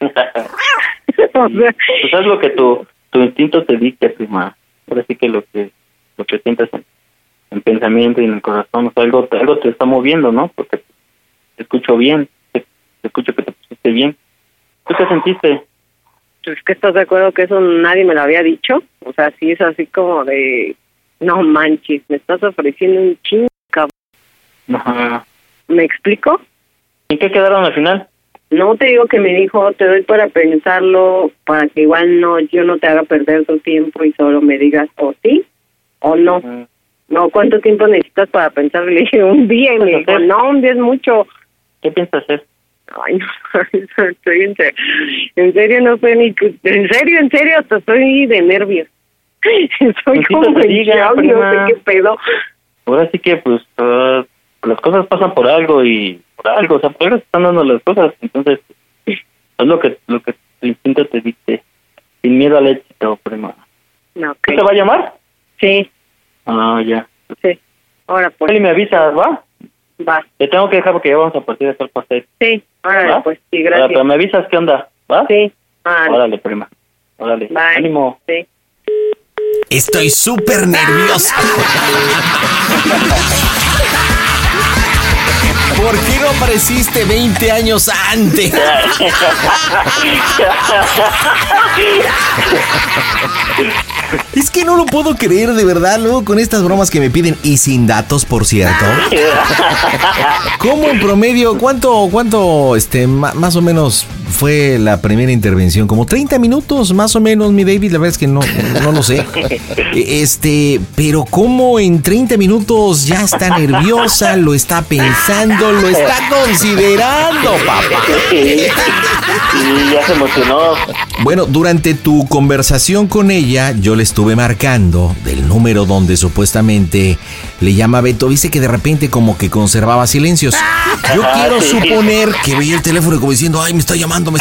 O sea, pues es lo que tu instinto te dicta, prima. Ahora sí que lo que sientas en pensamiento y en el corazón, o sea, algo te está moviendo, ¿no? Porque te escucho bien, te escucho que te pusiste bien. ¿Tú qué sentiste? Pues que estás de acuerdo que eso nadie me lo había dicho. O sea, sí es así como de, no manches, me estás ofreciendo un chingo, cabrón. Ajá. ¿Me explico? ¿En qué quedaron al final? No, te digo que me dijo, te doy para pensarlo, para que igual yo no te haga perder tu tiempo y solo me digas o sí o no. Uh-huh. No, ¿cuánto tiempo necesitas para pensar? Le dije, un día, y me dijo, no, un día es mucho. ¿Qué piensas hacer? Ay, no, estoy en serio, no sé ni... En serio, hasta estoy de nervios. Estoy como en shock, no sé qué pedo. Ahora sí que, pues, las cosas pasan por algo, o sea, por algo se están dando las cosas. Entonces, es lo que el instinto te dice. Sin miedo al éxito, prima. Okay. ¿Te va a llamar? Sí. Ah, ya. Sí. Ahora pues. Y me avisas, ¿va? Va. Te tengo que dejar porque ya vamos a partir de hacer pastel. Sí, órale, pues, sí, gracias. Ahora, pero me avisas qué onda, ¿va? Sí. Órale. Órale, prima. Órale. Bye. Ánimo. Sí. Estoy súper nervioso. ¿Por qué no apareciste 20 años antes? Es que no lo puedo creer, de verdad, luego con estas bromas que me piden, y sin datos, por cierto. ¿Cómo en promedio, cuánto, más o menos fue la primera intervención? Como 30 minutos, más o menos, mi David, la verdad es que no lo sé. Pero ¿cómo en 30 minutos ya está nerviosa, lo está pensando, lo está considerando, papá? Sí, ya se emocionó. Bueno, durante tu conversación con ella, yo le estuve marcando del número donde supuestamente le llama Beto. Dice que de repente como que conservaba silencios. Yo quiero suponer que veía el teléfono como diciendo, ay, me está llamando.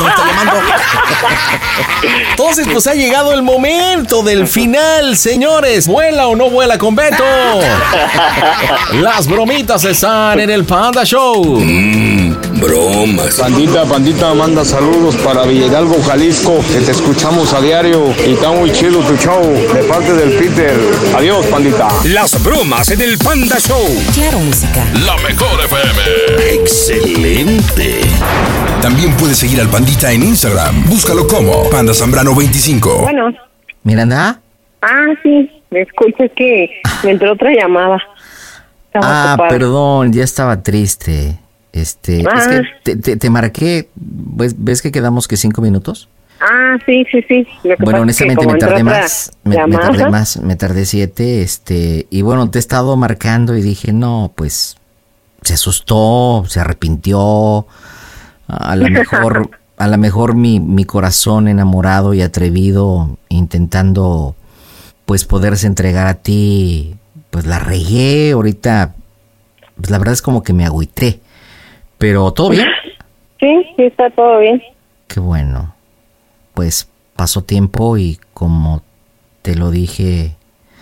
Entonces, pues ha llegado el momento del final, señores. ¿Vuela o no vuela con Beto? Las bromitas están en el Panda Show. Bromas. Pandita, manda saludos para Villa Hidalgo, Jalisco, que te escuchamos a diario y está muy chido tu show, de parte del Peter. Adiós, Pandita. Las bromas en el Panda Show. Claro, música. La mejor FM. Excelente. También puedes seguir al Pandita en Instagram. Búscalo como Panda Zambrano 25. Bueno. ¿Miranda? Sí, me escuché que me entró otra llamada. Estaba ocupada. Perdón, ya estaba triste. Es que te marqué, ¿ves que quedamos que 5 minutos? Sí. Bueno, honestamente me tardé más. Me tardé 7, y bueno, te he estado marcando y dije, no, pues, se asustó, se arrepintió, a lo mejor mi corazón enamorado y atrevido, intentando, pues, poderse entregar a ti, pues, la regué, ahorita, pues, la verdad es como que me agüité. ¿Pero todo bien? Sí, está todo bien. Qué bueno. Pues pasó tiempo y como te lo dije,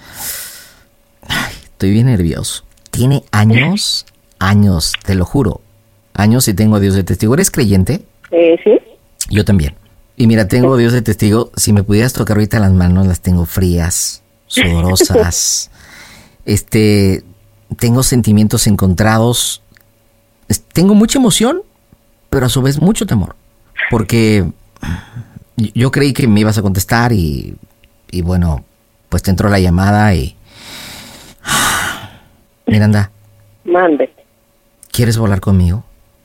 estoy bien nervioso. Tiene años, te lo juro. Años y tengo a Dios de testigo. ¿Eres creyente? Sí. Yo también. Y mira, tengo a Dios de testigo. Si me pudieras tocar ahorita las manos, las tengo frías, sudorosas. Tengo sentimientos encontrados. Tengo mucha emoción, pero a su vez mucho temor. Porque yo creí que me ibas a contestar y bueno, pues te entró la llamada y... Miranda. Mande. ¿Quieres volar conmigo?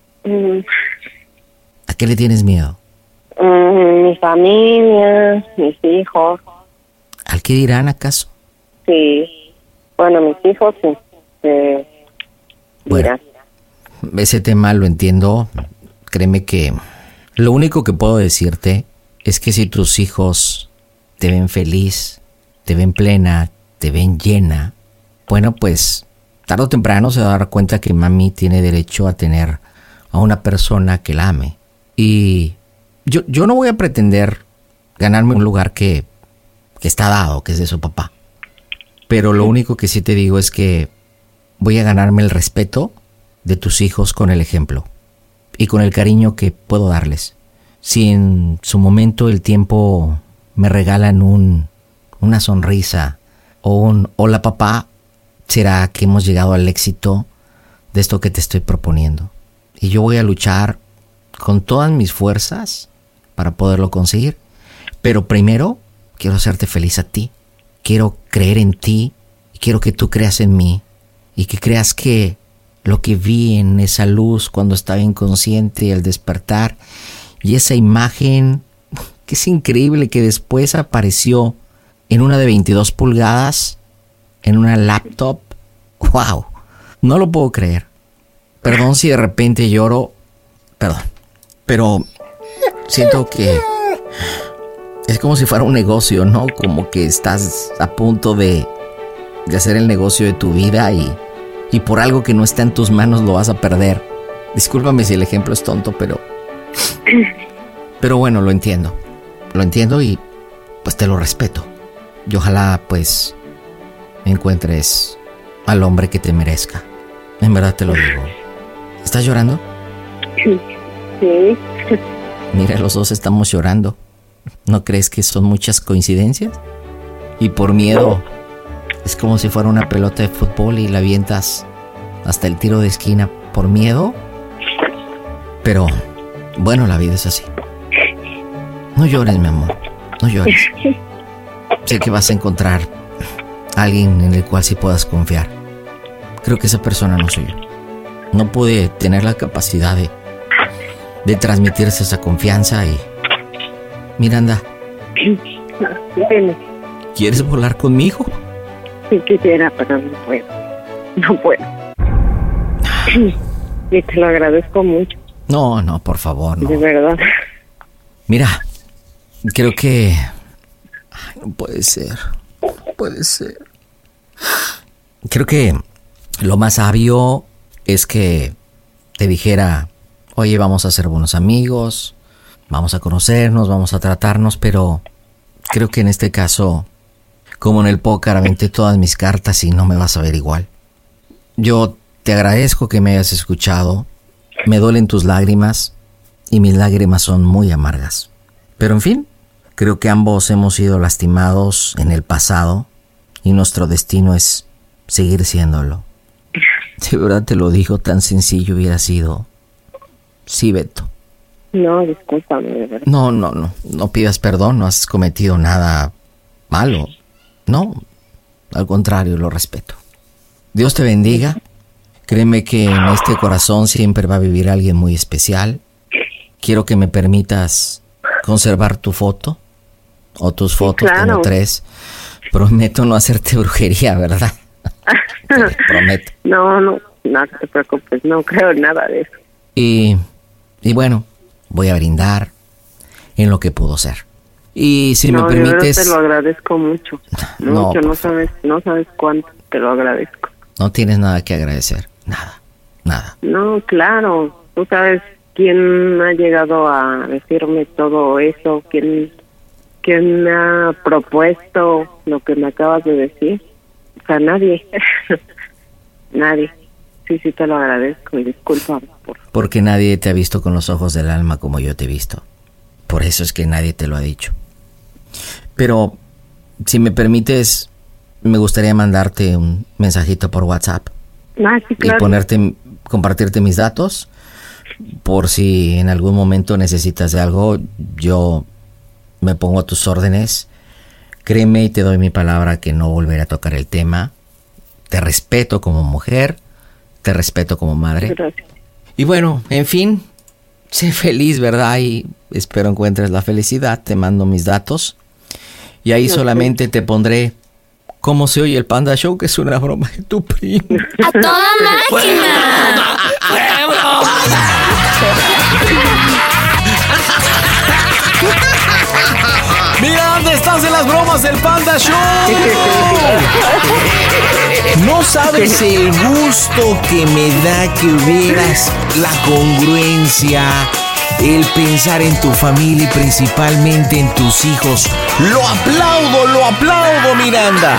¿A qué le tienes miedo? Mi familia, mis hijos. ¿Al qué dirán acaso? Sí. Bueno, mis hijos sí. Bueno. Ese tema lo entiendo. Créeme que lo único que puedo decirte es que si tus hijos te ven feliz, te ven plena, te ven llena, bueno, pues tarde o temprano se va a dar cuenta que mami tiene derecho a tener a una persona que la ame. Y yo no voy a pretender ganarme un lugar que está dado, que es de su papá. Pero lo único que sí te digo es que voy a ganarme el respeto de tus hijos con el ejemplo y con el cariño que puedo darles. Si en su momento el tiempo me regalan una sonrisa o un hola papá, será que hemos llegado al éxito de esto que te estoy proponiendo. Y yo voy a luchar con todas mis fuerzas para poderlo conseguir. Pero primero quiero hacerte feliz a ti. Quiero creer en ti y quiero que tú creas en mí y que creas que lo que vi en esa luz cuando estaba inconsciente al despertar y esa imagen que es increíble que después apareció en una de 22 pulgadas en una laptop. ¡Wow! No lo puedo creer. Perdón si de repente lloro. Perdón. Pero siento que es como si fuera un negocio, ¿no? Como que estás a punto de hacer el negocio de tu vida y por algo que no está en tus manos lo vas a perder. Discúlpame si el ejemplo es tonto, pero bueno, lo entiendo. Lo entiendo y pues te lo respeto. Y ojalá pues encuentres al hombre que te merezca. En verdad te lo digo. ¿Estás llorando? Sí. Mira, los dos estamos llorando. ¿No crees que son muchas coincidencias? Y por miedo, es como si fuera una pelota de fútbol y la avientas hasta el tiro de esquina por miedo. Pero, bueno, la vida es así. No llores, mi amor, no llores. Sé que vas a encontrar a alguien en el cual sí puedas confiar. Creo que esa persona no soy yo. No pude tener la capacidad de transmitirse esa confianza y... Miranda, ¿quieres volar conmigo? Sí quisiera, pero no puedo. No puedo. Y te lo agradezco mucho. No, por favor, no. De verdad. Mira, creo que... Ay, no puede ser. Creo que lo más sabio es que te dijera, oye, vamos a ser buenos amigos, vamos a conocernos, vamos a tratarnos, pero creo que en este caso, como en el póker, aventé todas mis cartas y no me vas a ver igual. Yo te agradezco que me hayas escuchado, me duelen tus lágrimas y mis lágrimas son muy amargas. Pero en fin, creo que ambos hemos sido lastimados en el pasado y nuestro destino es seguir siéndolo. De verdad te lo digo, tan sencillo hubiera sido. Sí, Beto. No, discúlpame, de verdad. No pidas perdón, no has cometido nada malo. No, al contrario, lo respeto. Dios te bendiga. Créeme que en este corazón siempre va a vivir alguien muy especial. Quiero que me permitas conservar tu foto o tus fotos, claro. Tengo 3. Prometo no hacerte brujería, ¿verdad? Prometo. No te preocupes, no creo nada de eso. Y bueno, voy a brindar en lo que pudo ser. Y si me permites... Yo te lo agradezco mucho. Mucho, no sabes cuánto te lo agradezco. No tienes nada que agradecer, nada. No, claro, tú sabes quién ha llegado a decirme todo eso, quién me ha propuesto lo que me acabas de decir. O sea, nadie. Nadie. Sí, te lo agradezco y disculpa. Porque nadie te ha visto con los ojos del alma como yo te he visto. Por eso es que nadie te lo ha dicho. Pero, si me permites, me gustaría mandarte un mensajito por WhatsApp. Sí, claro. Y compartirte mis datos. Por si en algún momento necesitas de algo, yo me pongo a tus órdenes. Créeme y te doy mi palabra que no volveré a tocar el tema. Te respeto como mujer, te respeto como madre. Gracias. Y bueno, en fin, sé feliz, ¿verdad? Y espero encuentres la felicidad. Te mando mis datos. Y ahí solamente te pondré cómo se oye el Panda Show, que es una broma de tu primo. ¡A toda máquina! Mira dónde estás en las bromas del Panda Show. No sabes el gusto que me da que hubieras la congruencia, el pensar en tu familia y principalmente en tus hijos. Lo aplaudo, Miranda.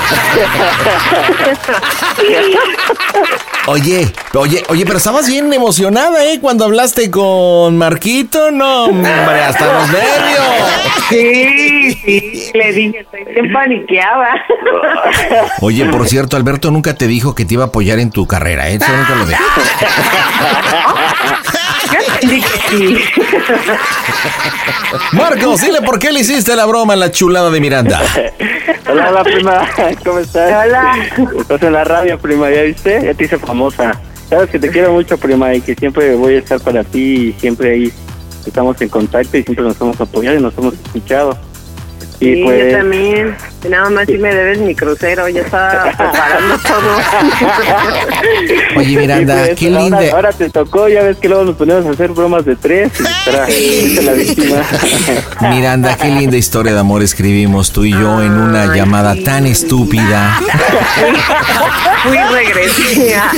Oye, pero estabas bien emocionada, cuando hablaste con Marquito. No, hombre, hasta los nervios. Sí, le dije, estoy bien paniqueada. Oye, por cierto, Alberto nunca te dijo que te iba a apoyar en tu carrera, Eso nunca lo dijo. Sí. Marcos, dile por qué le hiciste la broma a la chulada de Miranda. Hola, prima, ¿cómo estás? Hola. Estás en la radio, prima, ¿ya viste? Ya te hice famosa. Sabes que te quiero mucho, prima, y que siempre voy a estar para ti y siempre ahí estamos en contacto y siempre nos hemos apoyado y nos hemos escuchado. Y sí, pues, yo también. Nada más si me debes mi crucero, ya estaba preparando todo. Oye, Miranda, pues, qué linda. Ahora te tocó, ya ves que luego nos poníamos a hacer bromas de 3 y dice la víctima. Miranda, qué linda historia de amor escribimos tú y yo en una llamada tan estúpida. Muy regresiva.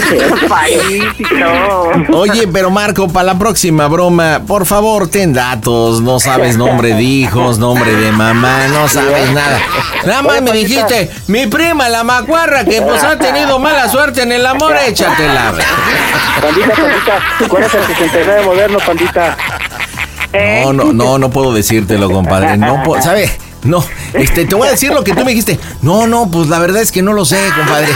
Oye, pero Marco, para la próxima broma, por favor, ten datos. No sabes nombre de hijos, nombre de mamá, no sabes nada. Nada más me dijiste, mi prima, la macuarra, que pues ha tenido mala suerte en el amor, échatela. Pandita, ¿cuál es el 69 moderno, pandita? No puedo decírtelo, compadre. No, ¿sabes? No, te voy a decir lo que tú me dijiste. No, pues la verdad es que no lo sé, compadre.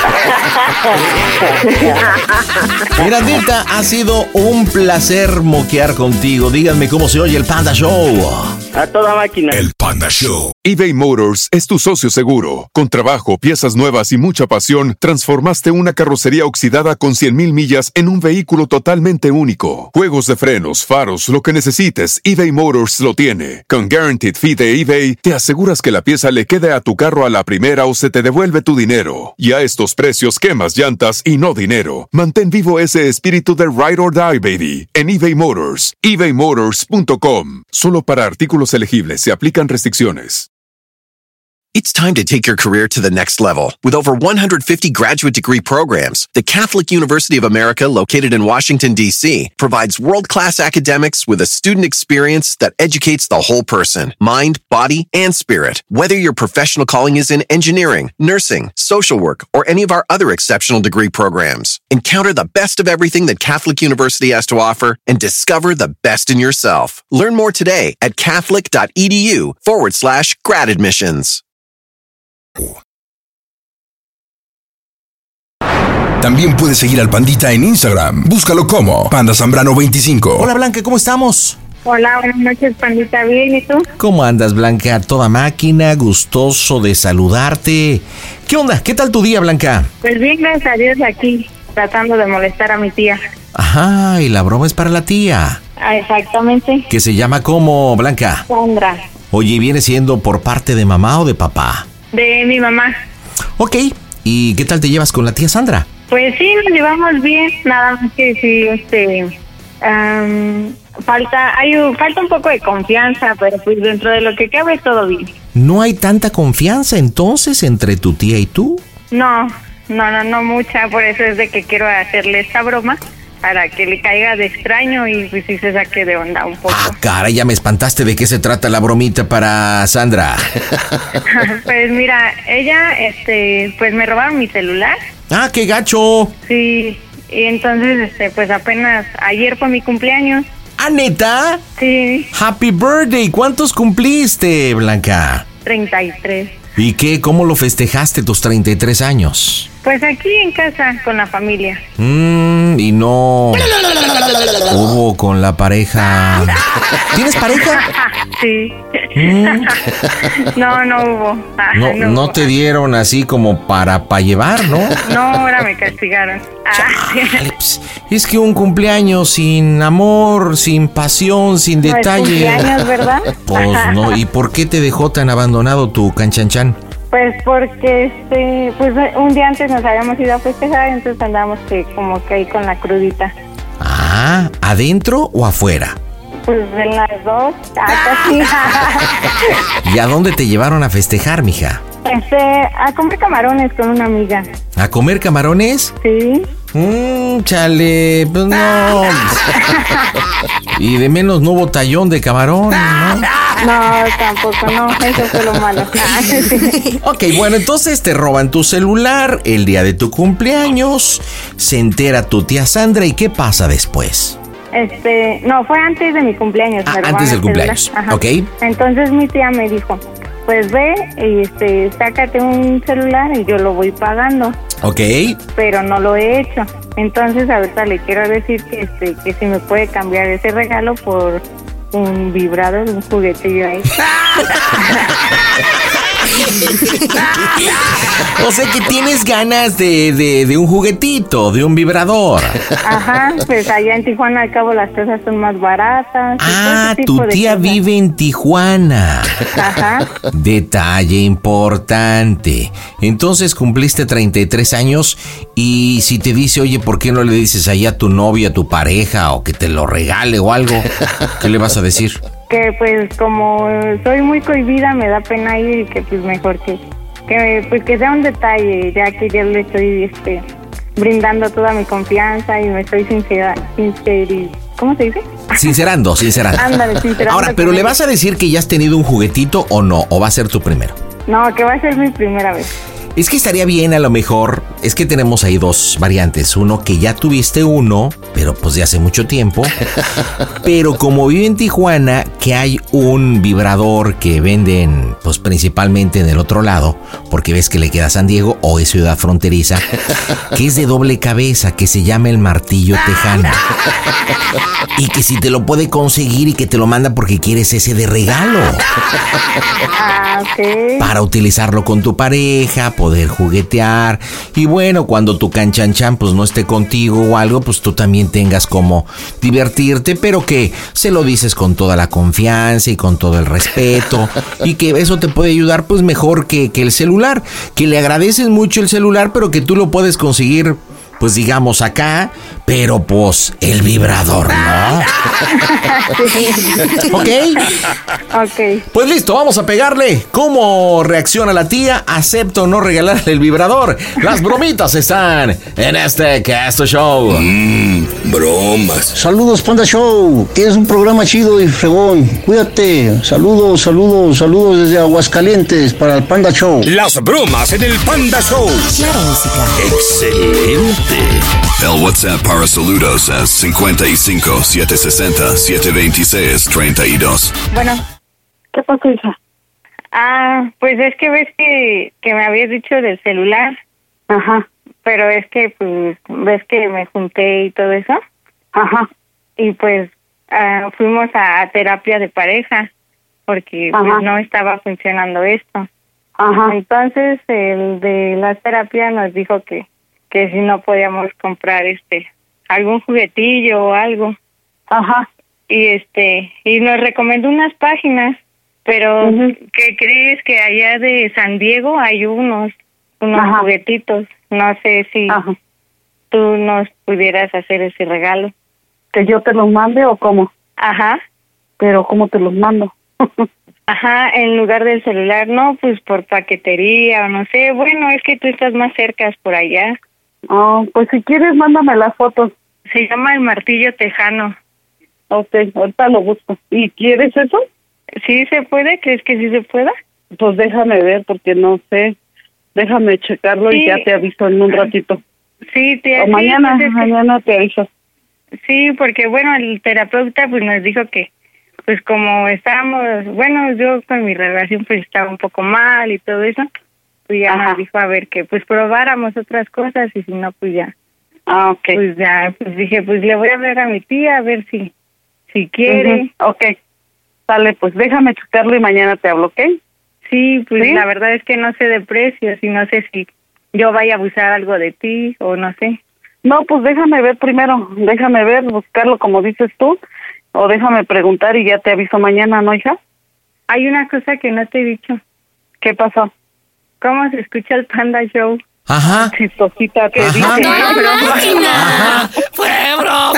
Mirandita, ha sido un placer moquear contigo. Díganme cómo se oye el Panda Show. A toda máquina. El Panda Show. eBay Motors es tu socio seguro. Con trabajo, piezas nuevas y mucha pasión, transformaste una carrocería oxidada con 100,000 millas en un vehículo totalmente único. Juegos de frenos, faros, lo que necesites, eBay Motors lo tiene. Con Guaranteed Fee de eBay, te aseguras que la pieza le quede a tu carro a la primera o se te devuelve tu dinero. Y a estos precios, quemas llantas y no dinero. Mantén vivo ese espíritu de Ride or Die, baby, en eBay Motors. ebaymotors.com. Solo para artículos elegibles se aplican restricciones. It's time to take your career to the next level. With over 150 graduate degree programs, the Catholic University of America, located in Washington, D.C., provides world-class academics with a student experience that educates the whole person, mind, body, and spirit. Whether your professional calling is in engineering, nursing, social work, or any of our other exceptional degree programs, encounter the best of everything that Catholic University has to offer and discover the best in yourself. Learn more today at catholic.edu/grad admissions. También puedes seguir al Pandita en Instagram. Búscalo como Panda Zambrano 25. Hola, Blanca, ¿cómo estamos? Hola, buenas noches, Pandita. ¿Bien? ¿Y tú? ¿Cómo andas, Blanca? Toda máquina, gustoso de saludarte. ¿Qué onda? ¿Qué tal tu día, Blanca? Pues bien, gracias a Dios, aquí, tratando de molestar a mi tía. Ajá, y la broma es para la tía. Ah, exactamente. ¿Que se llama cómo, Blanca? Sandra. Oye, ¿viene siendo por parte de mamá o de papá? De mi mamá. Ok, ¿y qué tal te llevas con la tía Sandra? Pues sí, nos llevamos bien, nada más que sí, falta un poco de confianza, pero pues dentro de lo que cabe todo bien. ¿No hay tanta confianza entonces entre tu tía y tú? No mucha, por eso es de que quiero hacerle esta broma, para que le caiga de extraño y pues sí se saque de onda un poco. Ah, caray, ya me espantaste. ¿De qué se trata la bromita para Sandra? Pues mira, ella, pues me robaron mi celular. ¡Ah, qué gacho! Sí, y entonces, pues apenas ayer fue mi cumpleaños. ¿Ah, neta? Sí. ¡Happy birthday! ¿Cuántos cumpliste, Blanca? 33. ¿Y qué? ¿Cómo lo festejaste tus 33 años? Pues aquí en casa, con la familia. Y no hubo con la pareja. ¿Tienes pareja? Sí. No hubo. No te dieron así como para llevar, ¿no? No, ahora me castigaron. Es que un cumpleaños sin amor, sin pasión, sin detalle. No es cumpleaños, ¿verdad? Pues no. ¿Y por qué te dejó tan abandonado tu canchanchan? Pues porque pues un día antes nos habíamos ido a festejar, entonces andábamos como que ahí con la crudita. Ah, ¿adentro o afuera? Pues en las dos, casi. ¿Y a dónde te llevaron a festejar, mija? A comer camarones con una amiga. ¿A comer camarones? Sí. Chale, pues no. Y de menos no hubo tallón de camarón, ¿no? No, tampoco, no, eso fue lo malo. Ok, bueno, entonces te roban tu celular el día de tu cumpleaños, se entera tu tía Sandra, ¿y qué pasa después? No, fue antes de mi cumpleaños. Antes del cumpleaños, ok. Entonces mi tía me dijo, pues ve y sácate un celular y yo lo voy pagando. Ok. Pero no lo he hecho. Entonces ahorita le quiero decir que si me puede cambiar ese regalo por un vibrador, un juguetillo ahí. O sea que tienes ganas de un juguetito, de un vibrador. Ajá, pues allá en Tijuana al cabo las cosas son más baratas. Ah, tu tía vive en Tijuana. Ajá. Detalle importante. Entonces cumpliste 33 años y si te dice, oye, ¿por qué no le dices ahí a tu novia, a tu pareja o que te lo regale o algo? ¿Qué le vas a decir? Que pues como soy muy cohibida me da pena ir y que pues mejor que sea un detalle, ya que yo le estoy brindando toda mi confianza y me estoy ¿cómo se dice? Sincerando. Ándale, sincerando. Ahora, ¿pero le vas a decir que ya has tenido un juguetito o no? ¿O va a ser tu primero? No, que va a ser mi primera vez. Es que estaría bien a lo mejor, es que tenemos ahí dos variantes. Uno que ya tuviste uno, pero pues de hace mucho tiempo. Pero como vive en Tijuana, que hay un vibrador que venden pues principalmente en el otro lado, porque ves que le queda San Diego o es ciudad fronteriza, que es de doble cabeza, que se llama el martillo tejano. Y que si te lo puede conseguir y que te lo manda porque quieres ese de regalo. Ah, ok. Para utilizarlo con tu pareja, poder juguetear y bueno, cuando tu canchanchan pues no esté contigo o algo, pues tú también tengas como divertirte, pero que se lo dices con toda la confianza y con todo el respeto y que eso te puede ayudar pues mejor que el celular, que le agradeces mucho el celular, pero que tú lo puedes conseguir pues digamos acá, pero pues el vibrador, ¿no? ¿Ok? Ok. Pues listo, vamos a pegarle. ¿Cómo reacciona la tía? ¿Acepta o no regalarle el vibrador? Las bromitas están en este Casto Show. Bromas. Saludos, Panda Show. Tienes un programa chido y fregón. Cuídate. Saludos desde Aguascalientes para el Panda Show. Las bromas en el Panda Show. Claro, música. Excelente. El WhatsApp para saludos es 55 760 726 32. Bueno. ¿Qué pasó, hija? Pues es que ves que me habías dicho del celular. Ajá. Pero es que, pues, ves que me junté y todo eso. Ajá. Y pues fuimos a terapia de pareja porque pues, no estaba funcionando esto. Ajá. Entonces el de la terapia nos dijo que si no podíamos comprar algún juguetillo o algo. Ajá. Y nos recomendó unas páginas, pero ¿qué crees? Que allá de San Diego hay unos juguetitos. No sé si tú nos pudieras hacer ese regalo. ¿Que yo te los mande o cómo? Ajá. ¿Pero cómo te los mando? Ajá, en lugar del celular, no, pues por paquetería o no sé. Bueno, es que tú estás más cerca por allá. Pues si quieres, mándame las fotos. Se llama el martillo tejano. Ok, ahorita lo busco. ¿Y quieres eso? ¿Sí se puede? ¿Crees que sí se pueda? Pues déjame ver, porque no sé. Déjame checarlo y ya te aviso en un ratito. Sí, o mañana, pues mañana te aviso. Sí, porque bueno, el terapeuta pues nos dijo que pues como estábamos, bueno, yo con mi relación pues estaba un poco mal y todo eso, pues ya nos dijo a ver que pues probáramos otras cosas y si no pues ya. Ok. Pues ya, pues dije, pues le voy a hablar a mi tía a ver si quiere. Ok. Sale, pues déjame checarlo y mañana te hablo, ¿ok? Sí, pues la verdad es que no sé de precios y no sé si yo vaya a abusar algo de ti o no sé. No, pues déjame ver primero, buscarlo como dices tú, o déjame preguntar y ya te aviso mañana, ¿no, hija? Hay una cosa que no te he dicho. ¿Qué pasó? ¿Cómo se escucha el Panda Show? Ajá. Chistosita, te dije. Ajá. ¡Fue broma!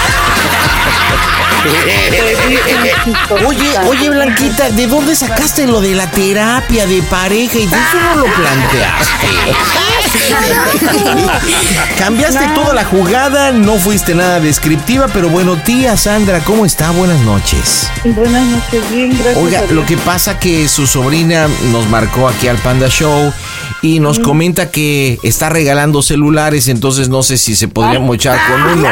Oye, Blanquita, ¿de dónde sacaste lo de la terapia de pareja? Y de eso no lo planteaste. Cambiaste toda la jugada, no fuiste nada descriptiva, pero bueno, tía Sandra, ¿cómo está? Buenas noches. Buenas noches, bien, gracias. Oiga, lo que pasa que su sobrina nos marcó aquí al Panda Show y nos comenta que está regalando celulares, entonces no sé si se podría mochar con uno.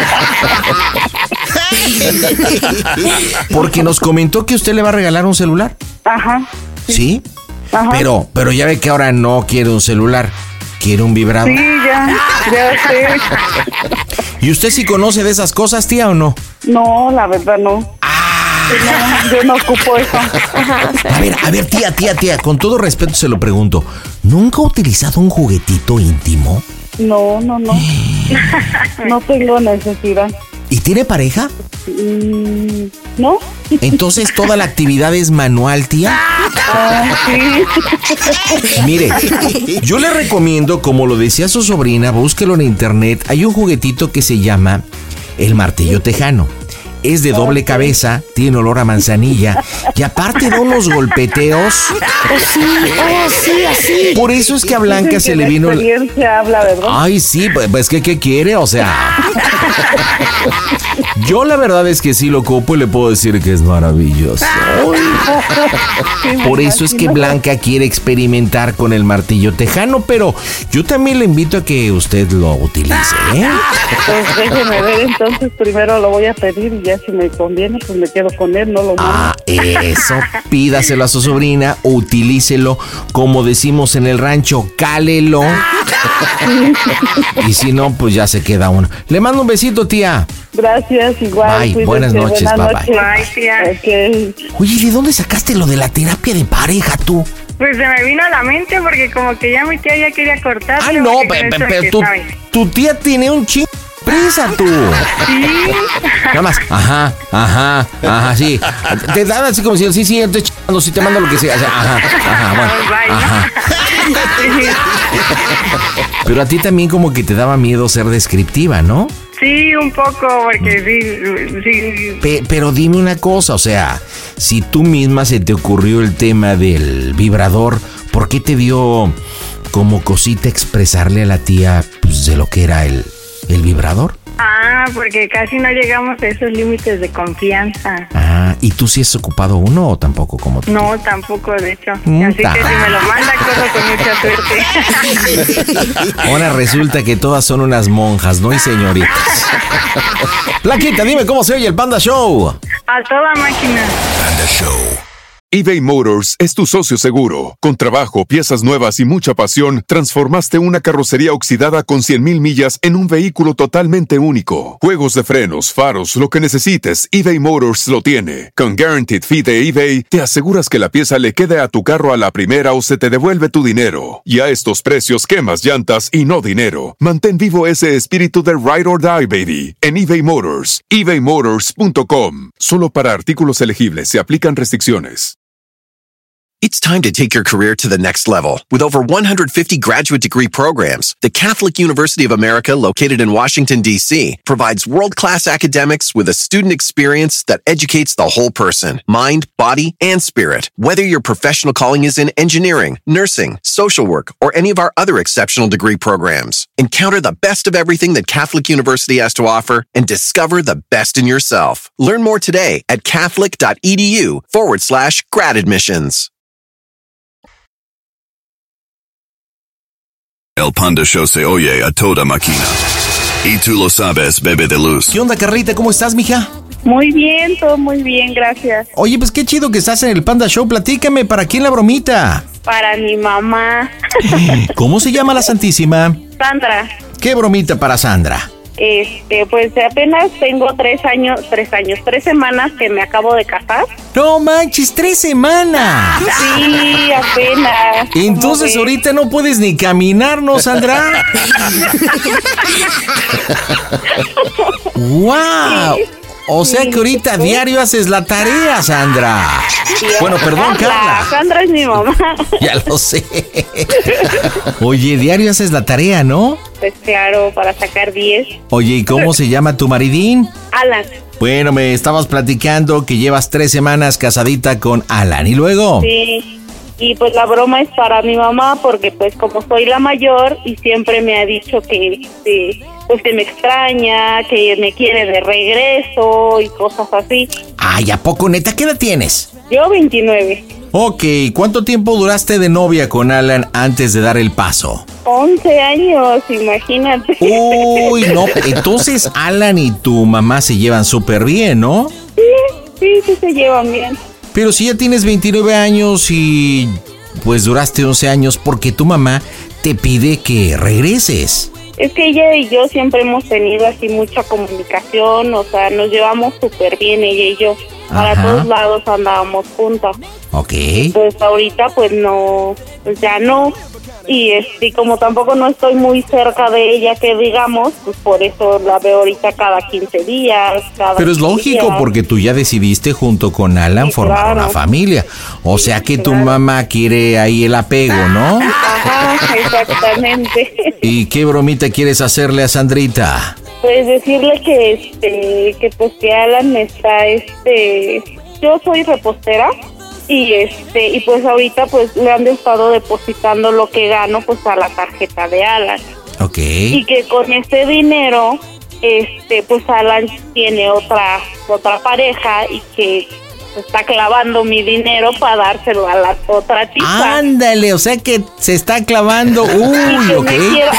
Porque nos comentó que usted le va a regalar un celular. Ajá. ¿Sí? Ajá. Pero ya ve que ahora no quiere un celular, quiere un vibrador. Sí, ya sé. ¿Y usted sí conoce de esas cosas, tía, o no? No, la verdad no. Yo no ocupo eso. Ajá, o sea. A ver, tía, con todo respeto se lo pregunto. ¿Nunca ha utilizado un juguetito íntimo? No. No tengo necesidad. ¿Y tiene pareja? ¿No? Entonces toda la actividad es manual, tía. Sí. Mire, yo le recomiendo, como lo decía su sobrina, búsquelo en internet. Hay un juguetito que se llama el martillo tejano. Es de doble cabeza, tiene olor a manzanilla y aparte da unos golpeteos. Sí, así. Por eso es que a Blanca se le vino... La experiencia habla, ¿verdad? Ay, sí, pues que ¿qué quiere? O sea... Yo la verdad es que sí lo ocupo y le puedo decir que es maravilloso. Por eso es que Blanca quiere experimentar con el martillo tejano, pero yo también le invito a que usted lo utilice, ¿eh? Pues déjeme ver, entonces primero lo voy a pedir y ya si me conviene, pues me quedo con él, no lo mando. Eso, pídaselo a su sobrina, utilícelo, como decimos en el rancho, cálelo. Y si no, pues ya se queda uno. Le mando un besito, tía. Gracias, igual. Ay, buenas noches, bye. Bye, tía. Okay. Oye, ¿de dónde sacaste lo de la terapia de pareja, tú? Pues se me vino a la mente porque como que ya mi tía ya quería cortar. Ay, no, pero tu tía tiene un chingo de prisa, tú. Sí. Nada más, ajá, sí. Te dan así como si, sí, estoy chingando, si te mando lo que sea. Bueno, ajá. Pero a ti también como que te daba miedo ser descriptiva, ¿no? Sí, un poco, porque sí. Pero dime una cosa, o sea, si tú misma se te ocurrió el tema del vibrador, ¿por qué te dio como cosita expresarle a la tía pues, de lo que era el vibrador? Porque casi no llegamos a esos límites de confianza. ¿Y tú sí has ocupado uno o tampoco como tú? No, tampoco, de hecho. Así que si me lo manda, corro con mucha suerte. Ahora resulta que todas son unas monjas, ¿no? Y señoritas. Blanquita, dime cómo se oye el Panda Show. A toda máquina. Panda Show. eBay Motors es tu socio seguro. Con trabajo, piezas nuevas y mucha pasión, transformaste una carrocería oxidada con 100,000 millas en un vehículo totalmente único. Juegos de frenos, faros, lo que necesites, eBay Motors lo tiene. Con Guaranteed Fee de eBay, te aseguras que la pieza le quede a tu carro a la primera o se te devuelve tu dinero. Y a estos precios, quemas llantas y no dinero. Mantén vivo ese espíritu de Ride or Die, baby, en eBay Motors. ebaymotors.com. Solo para artículos elegibles se aplican restricciones. It's time to take your career to the next level. With over 150 graduate degree programs, the Catholic University of America, located in Washington, D.C., provides world-class academics with a student experience that educates the whole person, mind, body, and spirit. Whether your professional calling is in engineering, nursing, social work, or any of our other exceptional degree programs, encounter the best of everything that Catholic University has to offer and discover the best in yourself. Learn more today at catholic.edu/grad-admissions. El Panda Show se oye a toda máquina. Y tú lo sabes, bebé de luz. ¿Qué onda, Carlita? ¿Cómo estás, mija? Muy bien, todo muy bien, gracias. Oye, pues qué chido que estás en el Panda Show. Platícame, ¿para quién la bromita? Para mi mamá. ¿Cómo se llama la Santísima? Sandra. ¿Qué bromita para Sandra? Pues apenas tengo 3 semanas que me acabo de casar. ¡No manches, 3 semanas! Sí, apenas. Entonces ahorita no puedes ni caminar, ¿no, Sandra? ¡Wow! Sí. O sea que ahorita diario haces la tarea, Sandra. Sí, bueno, perdón, Carla. Sandra es mi mamá. Ya lo sé. Oye, diario haces la tarea, ¿no? Pues claro, para sacar 10. Oye, ¿y cómo se llama tu maridín? Alan. Bueno, me estabas platicando que llevas 3 semanas casadita con Alan. ¿Y luego? Sí. Y pues la broma es para mi mamá porque pues como soy la mayor y siempre me ha dicho que pues que me extraña, que me quiere de regreso y cosas así. Ay, ¿a poco, neta? ¿Qué edad tienes? Yo 29. Ok, ¿cuánto tiempo duraste de novia con Alan antes de dar el paso? 11 años, imagínate. Uy, no, entonces Alan y tu mamá se llevan súper bien, ¿no? Sí se llevan bien. Pero si ya tienes 29 años y pues duraste 11 años, ¿por qué tu mamá te pide que regreses? Es que ella y yo siempre hemos tenido así mucha comunicación, o sea, nos llevamos súper bien ella y yo. Para todos lados andábamos juntas. Ok. Pues ahorita pues no, pues ya no. Y como tampoco no estoy muy cerca de ella, que digamos, pues por eso la veo ahorita cada 15 días. Pero es lógico, porque tú ya decidiste junto con Alan formar una familia. O sea que tu mamá quiere ahí el apego, ¿no? Ajá, exactamente. ¿Y qué bromita quieres hacerle a Sandrita? Pues decirle que pues que Alan está, yo soy repostera. Y pues ahorita pues le han estado depositando lo que gano pues a la tarjeta de Alan. Ok. Y que con este dinero pues Alan tiene otra pareja y que está clavando mi dinero para dárselo a la otra tipa. Ándale, o sea que se está clavando. Uy, ok.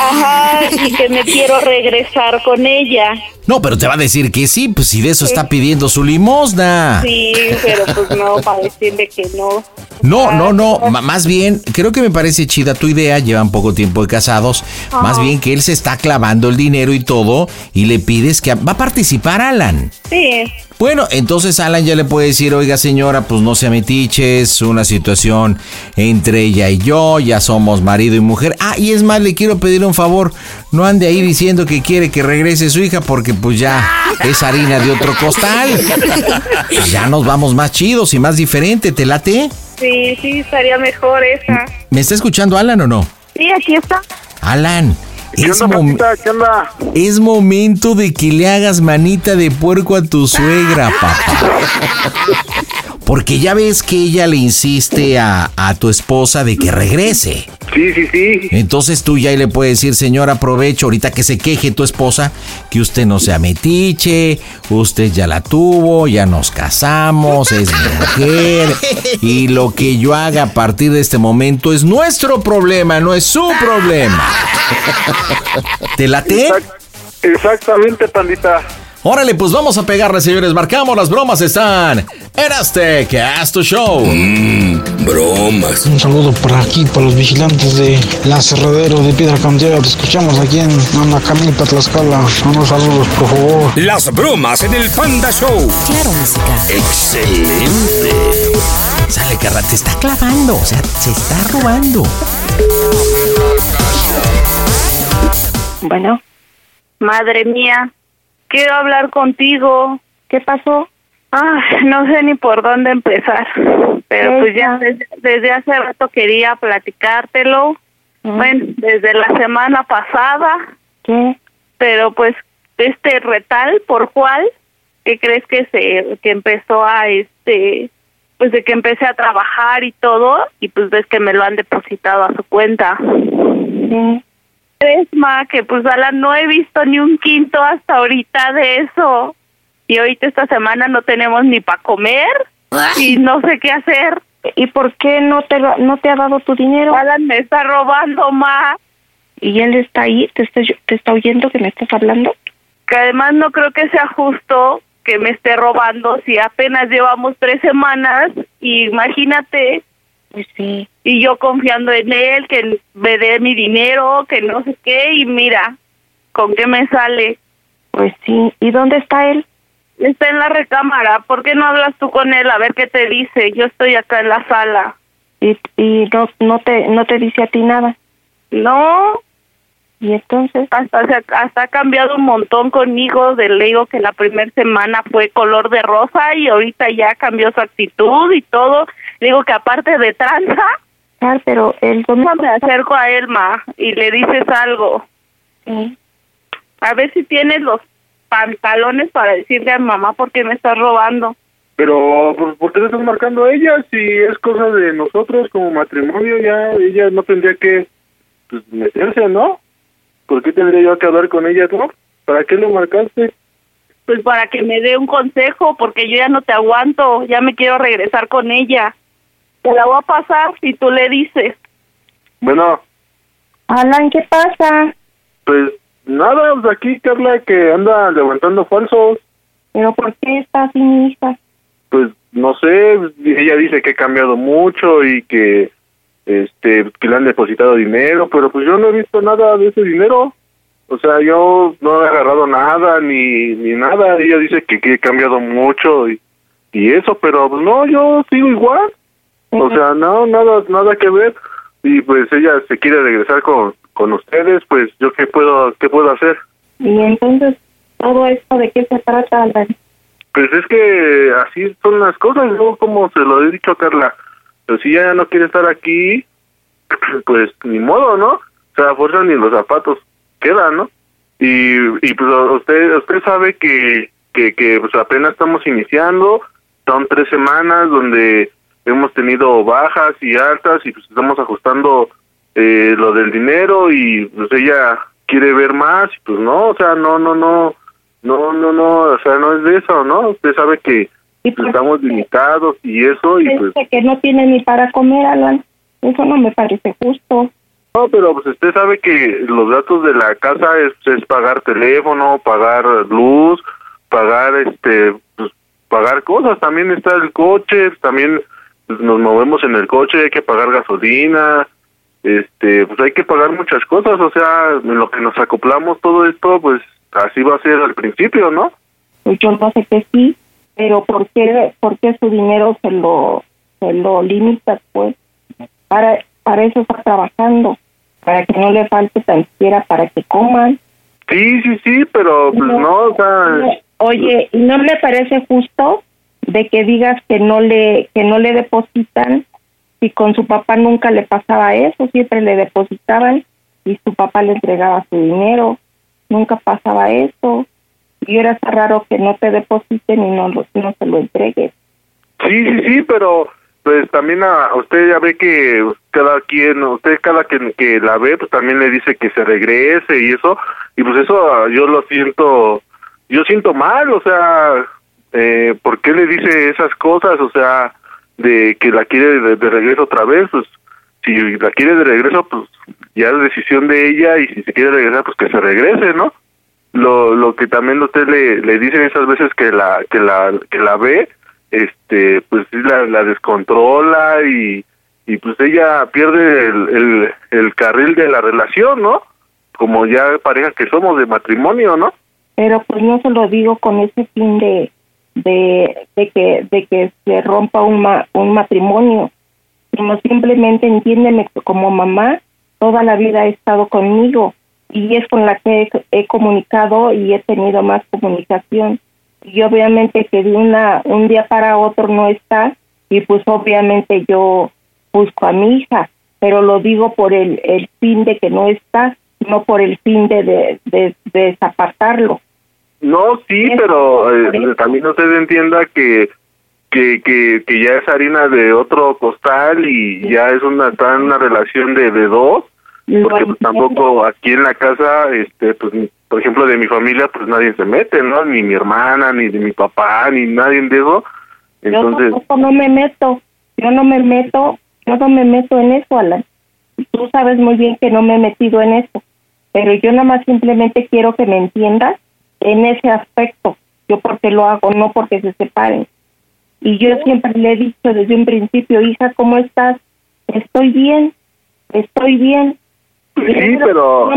Y que me quiero regresar con ella. No, pero te va a decir que sí, pues si de eso está pidiendo su limosna. Sí, pero pues no, para decirle que no. No, más bien, creo que me parece chida tu idea, llevan poco tiempo de casados, más bien que él se está clavando el dinero y todo, y le pides que va a participar Alan. Sí. Bueno, entonces Alan ya le puede decir, oiga señora, pues no sea metiche, es una situación entre ella y yo, ya somos marido y mujer. Y es más, le quiero pedir un favor, no ande ahí diciendo que quiere que regrese su hija, porque pues ya es harina de otro costal. Ya nos vamos más chidos y más diferente, ¿te late? Sí, estaría mejor esa. ¿Me está escuchando Alan o no? Sí, aquí está. Alan, ¿Qué onda? Es momento de que le hagas manita de puerco a tu suegra, papá. Porque ya ves que ella le insiste a tu esposa de que regrese. Sí. Entonces tú ya le puedes decir, señor, aprovecho ahorita que se queje tu esposa, que usted no sea metiche, usted ya la tuvo, ya nos casamos, es mi mujer, y lo que yo haga a partir de este momento es nuestro problema, no es su problema. ¿Te late? Exactamente, pandita. Órale, pues vamos a pegarle, señores. Marcamos, las bromas están en Azteca Show. Bromas. Un saludo por aquí, para los vigilantes de la Aserradero de Piedra Cantera. Te escuchamos aquí en Anacamilpa, Tlaxcala. Unos saludos, por favor. Las bromas en el Panda Show. Claro, música. Excelente. Sale, carnal, te está clavando, o sea, se está robando. Bueno. Madre mía, quiero hablar contigo. ¿Qué pasó? No sé ni por dónde empezar. Pero pues ya desde hace rato quería platicártelo. Bueno, desde la semana pasada. ¿Qué? Pero pues retal, ¿por cuál? ¿Qué crees que empezó a pues de que empecé a trabajar y todo, y pues ves que me lo han depositado a su cuenta. Es más, que pues Alan, no he visto ni un quinto hasta ahorita de eso. Y ahorita esta semana no tenemos ni para comer y no sé qué hacer. ¿Y por qué no te ha dado tu dinero? Alan me está robando, ma. ¿Y él está ahí? ¿Te está oyendo que me estás hablando? Que además no creo que sea justo que me esté robando si apenas llevamos 3 semanas. Y imagínate. Pues sí. Y yo confiando en él, que me dé mi dinero, que no sé qué, y mira, ¿con qué me sale? Pues sí. ¿Y dónde está él? Está en la recámara. ¿Por qué no hablas tú con él a ver qué te dice? Yo estoy acá en la sala. ¿Y no te dice a ti nada? No. ¿Y entonces? Hasta ha cambiado un montón conmigo. Le digo que la primera semana fue color de rosa y ahorita ya cambió su actitud y todo. Le digo que aparte de tranza, pero él... Me acerco a él, ma, y le dices algo. Sí. A ver si tienes los pantalones para decirle a mamá por qué me estás robando. Pero, ¿por qué le estás marcando a ella? Si es cosa de nosotros como matrimonio, ya ella no tendría que meterse, ¿no? ¿Por qué tendría yo que hablar con ella, no? ¿Para qué le marcaste? Pues para que me dé un consejo, porque yo ya no te aguanto, ya me quiero regresar con ella. Te la voy a pasar si tú le dices. Bueno. Alan, ¿qué pasa? Pues nada, pues aquí Carla que anda levantando falsos. ¿Pero por qué está así, mi hija? Pues no sé, ella dice que ha cambiado mucho y que que le han depositado dinero, pero pues yo no he visto nada de ese dinero. O sea, yo no he agarrado nada ni nada. Ella dice que he cambiado mucho y y eso, pero pues, no, yo sigo igual. O sea, no, nada que ver. Y pues ella se quiere regresar con ustedes, pues yo qué puedo hacer. Y entonces, ¿todo esto de qué se trata, Alan? Pues es que así son las cosas, yo como se lo he dicho a Carla, pero si ella no quiere estar aquí, pues ni modo, ¿no? O sea, a fuerza ni los zapatos quedan, ¿no? Y pues usted sabe que pues apenas estamos iniciando, son 3 semanas donde hemos tenido bajas y altas y pues estamos ajustando lo del dinero y pues ella quiere ver más y pues no, o sea, no, o sea, no es de eso, ¿no? Usted sabe que pues, estamos limitados y eso y pues... que no tiene ni para comer, Alan, eso no me parece justo. No, pero pues usted sabe que los gastos de la casa es pagar teléfono, pagar luz, pagar pues, pagar cosas, también está el coche, también pues, nos movemos en el coche, hay que pagar gasolina, pues hay que pagar muchas cosas, o sea, en lo que nos acoplamos todo esto, pues así va a ser al principio, ¿no? Pues yo no sé que sí, pero ¿por qué su dinero se lo limita, pues? Para eso está trabajando, para que no le falte tan siquiera para que coman. Sí, pero pues no, o sea... Oye, ¿y no me parece justo de que digas que no le depositan si con su papá nunca le pasaba eso? Siempre le depositaban y su papá le entregaba su dinero, nunca pasaba eso. Y ahora está raro que no te depositen y no se lo entregues. Sí, pero pues también a usted ya ve que cada que la ve pues también le dice que se regrese y eso, y pues eso yo siento mal, o sea, ¿por qué le dice esas cosas? O sea, de que la quiere de regreso otra vez, pues si la quiere de regreso, pues ya es decisión de ella, y si se quiere regresar, pues que se regrese, ¿no? Lo que también usted le dicen esas veces que la ve, pues sí la descontrola y pues ella pierde el carril de la relación, ¿no? Como ya pareja que somos de matrimonio, ¿no? Pero pues no se lo digo con ese fin de que se rompa un matrimonio, sino simplemente entiéndeme que como mamá toda la vida ha estado conmigo y es con la que he comunicado y he tenido más comunicación. Y obviamente que de un día para otro no está, y pues obviamente yo busco a mi hija, pero lo digo por el fin de que no está, no por el fin de desapartarlo. No, sí, pero también usted entienda que ya es harina de otro costal y ya está en una relación de dos, porque pues, tampoco aquí en la casa, pues por ejemplo de mi familia, pues nadie se mete, ¿no? Ni mi hermana, ni de mi papá, ni nadie de eso. Entonces yo no me meto en eso, Alan. Tú sabes muy bien que no me he metido en eso, pero yo nada más simplemente quiero que me entiendas en ese aspecto. Yo porque lo hago, no porque se separen. Y yo siempre le he dicho desde un principio, hija, ¿cómo estás? Estoy bien. Sí, pero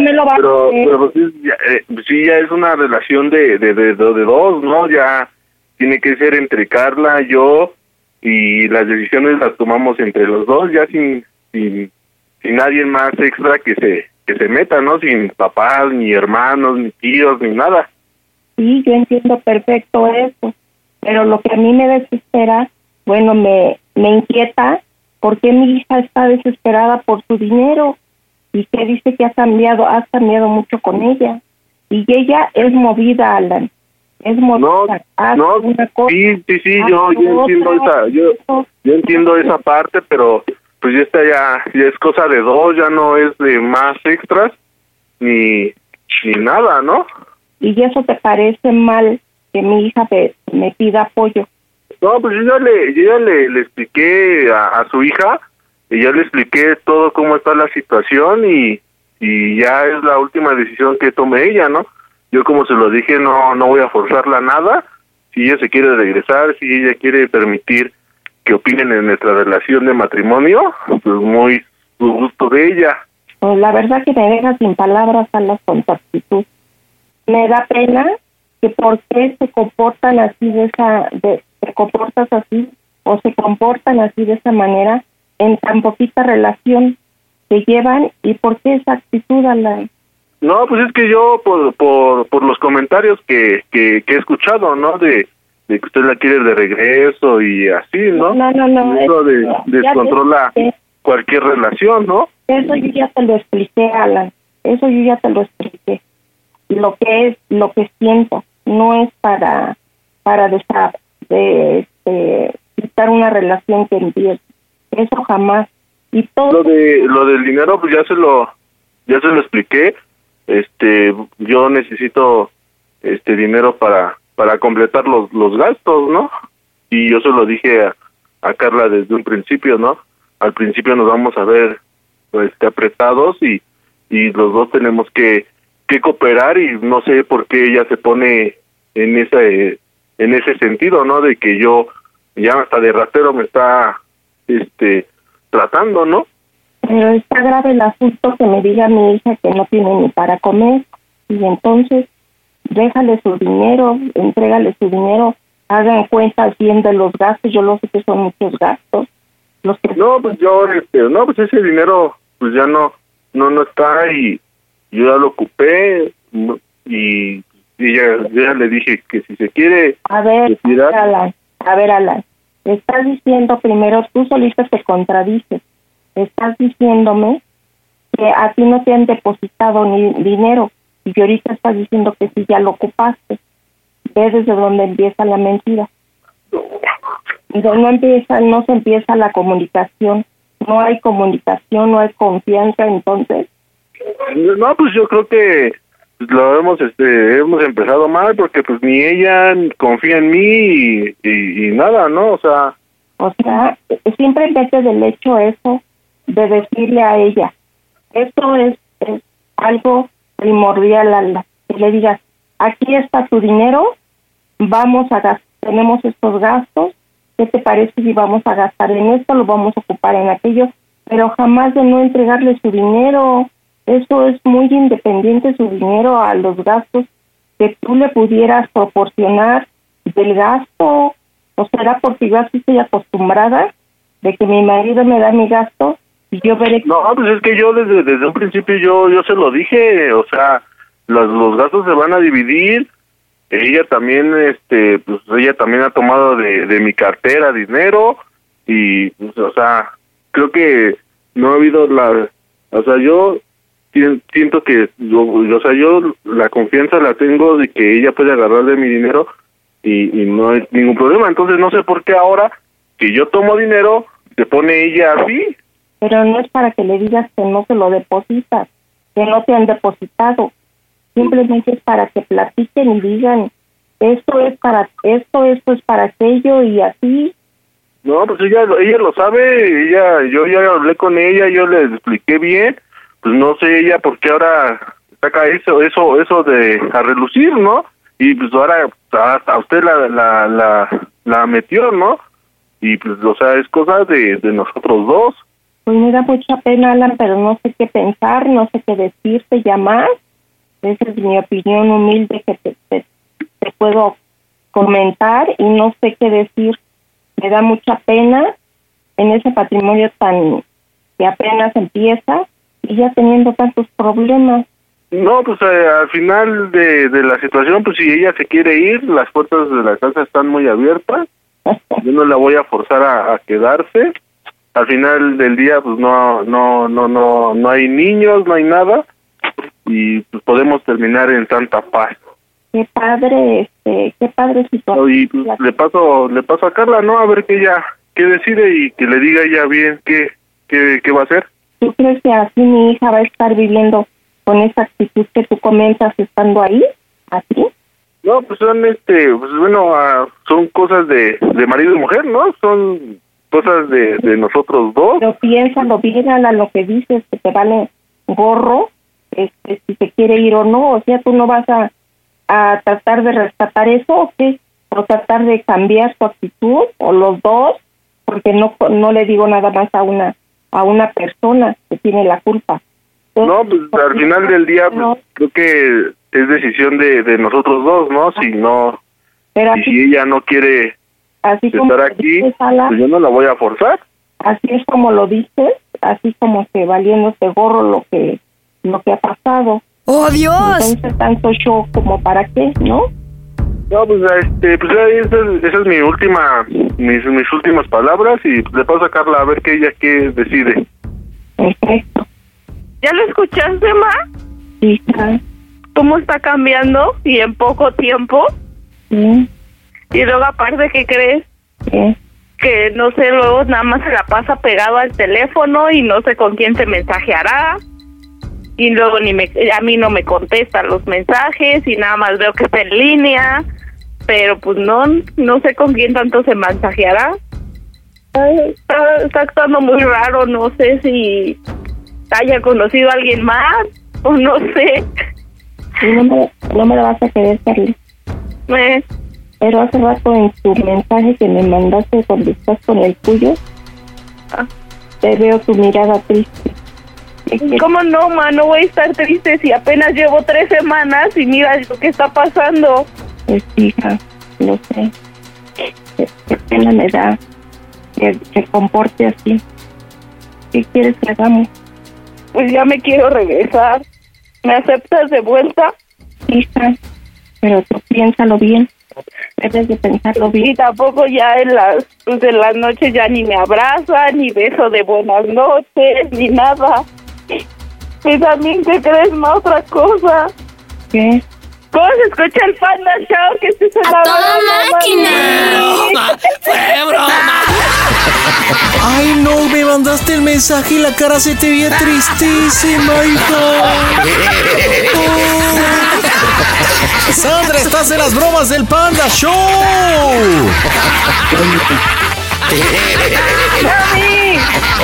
sí, ya es una relación de dos, ¿no? Ya tiene que ser entre Carla, yo, y las decisiones las tomamos entre los dos, ya sin nadie más extra que se meta, ¿no? Sin papás, ni hermanos, ni tíos, ni nada. Sí, yo entiendo perfecto eso, pero lo que a mí me desespera, bueno, me inquieta, porque mi hija está desesperada por su dinero y que dice que has cambiado mucho con ella, y ella es movida, Alan, es movida. Sí, yo entiendo esa parte, pero pues ya es cosa de dos, ya no es de más extras ni nada, ¿no? ¿Y eso te parece mal que mi hija me pida apoyo? No, pues yo ya le expliqué a su hija, y ya le expliqué todo cómo está la situación, y ya es la última decisión que tome ella, ¿no? Yo, como se lo dije, no voy a forzarla a nada. Si ella se quiere regresar, si ella quiere permitir que opinen en nuestra relación de matrimonio, pues muy su gusto de ella. Pues la verdad que me deja sin palabras a las con tu actitud. Me da pena que por qué se comportan así de te comportas así o se comportan así de esa manera en tan poquita relación que llevan? ¿Y por qué esa actitud, Alan? No, pues es que yo por los comentarios que he escuchado, ¿no? De que usted la quiere de regreso y así, ¿no? No. Eso descontrola cualquier relación, ¿no? Eso yo ya te lo expliqué, Alan. Eso yo ya te lo expliqué. Lo que siento no es para quitar una relación que empiece. Eso jamás. Y todo lo del dinero, pues ya se lo expliqué. Yo necesito dinero para completar los gastos, ¿no? Y yo se lo dije a Carla desde un principio, ¿no? Al principio nos vamos a ver apretados y los dos tenemos que cooperar, y no sé por qué ella se pone en ese sentido, ¿no? De que yo ya hasta de ratero me está tratando, ¿no? Pero está grave el asunto que me diga mi hija que no tiene ni para comer, y entonces déjale su dinero, entrégale su dinero, hagan cuentas bien de los gastos. Yo lo sé que son muchos gastos. No, pues pues ese dinero pues ya no está, y yo ya lo ocupé, y ya le dije que si se quiere retirar. Alan, estás diciendo primero, tú solita te contradices. Estás diciéndome que a ti no te han depositado ni dinero, y ahorita estás diciendo que si ya lo ocupaste. ¿Ves desde dónde empieza la mentira? No se empieza la comunicación. No hay comunicación, no hay confianza, entonces. No, pues yo creo que lo hemos empezado mal, porque pues ni ella confía en mí y nada, ¿no? O sea, simplemente del hecho eso de decirle a ella, esto es algo primordial, Alda, que le digas, aquí está tu dinero, vamos a gastar, tenemos estos gastos, ¿qué te parece si vamos a gastar en esto, lo vamos a ocupar en aquello? Pero jamás de no entregarle su dinero. Eso es muy independiente, su dinero, a los gastos que tú le pudieras proporcionar del gasto. ¿O será porque yo así estoy acostumbrada de que mi marido me da mi gasto y yo veré? No, pues es que yo desde un principio yo se lo dije, o sea, los gastos se van a dividir. Ella también, pues ella también ha tomado de mi cartera dinero, y pues, o sea, creo que no ha habido o sea, yo siento que yo la confianza la tengo de que ella puede agarrar de mi dinero y no hay ningún problema. Entonces no sé por qué ahora que yo tomo dinero se pone ella así. Pero no es para que le digas que no se lo depositas, que no te han depositado. Simplemente es para que platiquen y digan, esto es para aquello y así. No, pues ella lo sabe, yo ya hablé con ella, yo le expliqué bien. Pues no sé ella por qué ahora saca eso de a relucir, ¿no? Y pues ahora a usted la metió, ¿no? Y pues, o sea, es cosa de nosotros dos. Pues me da mucha pena, Alan, pero no sé qué pensar, no sé qué decirte ya más. Esa es mi opinión humilde que te puedo comentar, y no sé qué decir. Me da mucha pena en ese patrimonio que apenas empieza, y ya teniendo tantos problemas. No, pues al final de la situación, pues si ella se quiere ir, las puertas de la casa están muy abiertas. Yo no la voy a forzar a quedarse. Al final del día, pues no hay niños, no hay nada, y pues podemos terminar en santa paz. Qué padre situación. Y pues, le paso a Carla, ¿no? A ver que ella qué decide y que le diga ella bien qué va a hacer. ¿Tú crees que así mi hija va a estar viviendo con esa actitud que tú comentas estando ahí? ¿Así? No, pues son son cosas de marido y mujer, ¿no? Son cosas de nosotros dos. Pero piénsalo bien, a lo que dices, que te vale gorro si te quiere ir o no. O sea, tú no vas a tratar de rescatar eso, ¿o qué? O tratar de cambiar su actitud, o los dos, porque no le digo nada más a una persona que tiene la culpa. Entonces, no, pues al final del día pues, creo que es decisión de nosotros dos, ¿no? Si no, pero si ella no quiere así como estar aquí, dices, Ala, pues yo no la voy a forzar. así es como lo dices, así como que valiéndote gorro lo que ha pasado. ¡Oh, Dios! Entonces, tanto show como para qué, ¿no? No, pues, esa es mis últimas palabras y le paso a Carla a ver que ella qué decide. Perfecto. ¿Ya lo escuchaste, ma? Sí. ¿Cómo está cambiando y en poco tiempo? Sí. Y luego aparte, ¿qué crees? ¿Qué? Que no sé, luego nada más se la pasa pegado al teléfono y no sé con quién se mensajeará. Y luego a mí no me contestan los mensajes y nada más veo que está en línea, pero pues no sé con quién tanto se mensajeará. Está actuando muy raro, no sé si haya conocido a alguien más o no sé. No me lo vas a querer, Carly. Pero hace rato en tu mensaje que me mandaste cuando estás con el tuyo, te veo tu mirada triste. ¿Cómo no, ma? No voy a estar triste si apenas llevo 3 semanas y mira lo que está pasando. Pues hija, lo sé. Qué pena me da que se comporte así. ¿Qué quieres que hagamos? Pues ya me quiero regresar. ¿Me aceptas de vuelta? Hija, pero tú piénsalo bien. Debes de pensarlo bien. Y tampoco ya en las noches ya ni me abraza, ni beso de buenas noches, ni nada. Y también, ¿qué crees, ma? Otra cosa. ¿Qué? ¿Cómo se escucha el Panda Show? Que se ¡A toda máquina! ¡Fue broma! Ay, no, me mandaste el mensaje y la cara se te veía tristísima, hija. Sandra, estás en las bromas del Panda Show. ¡Mami!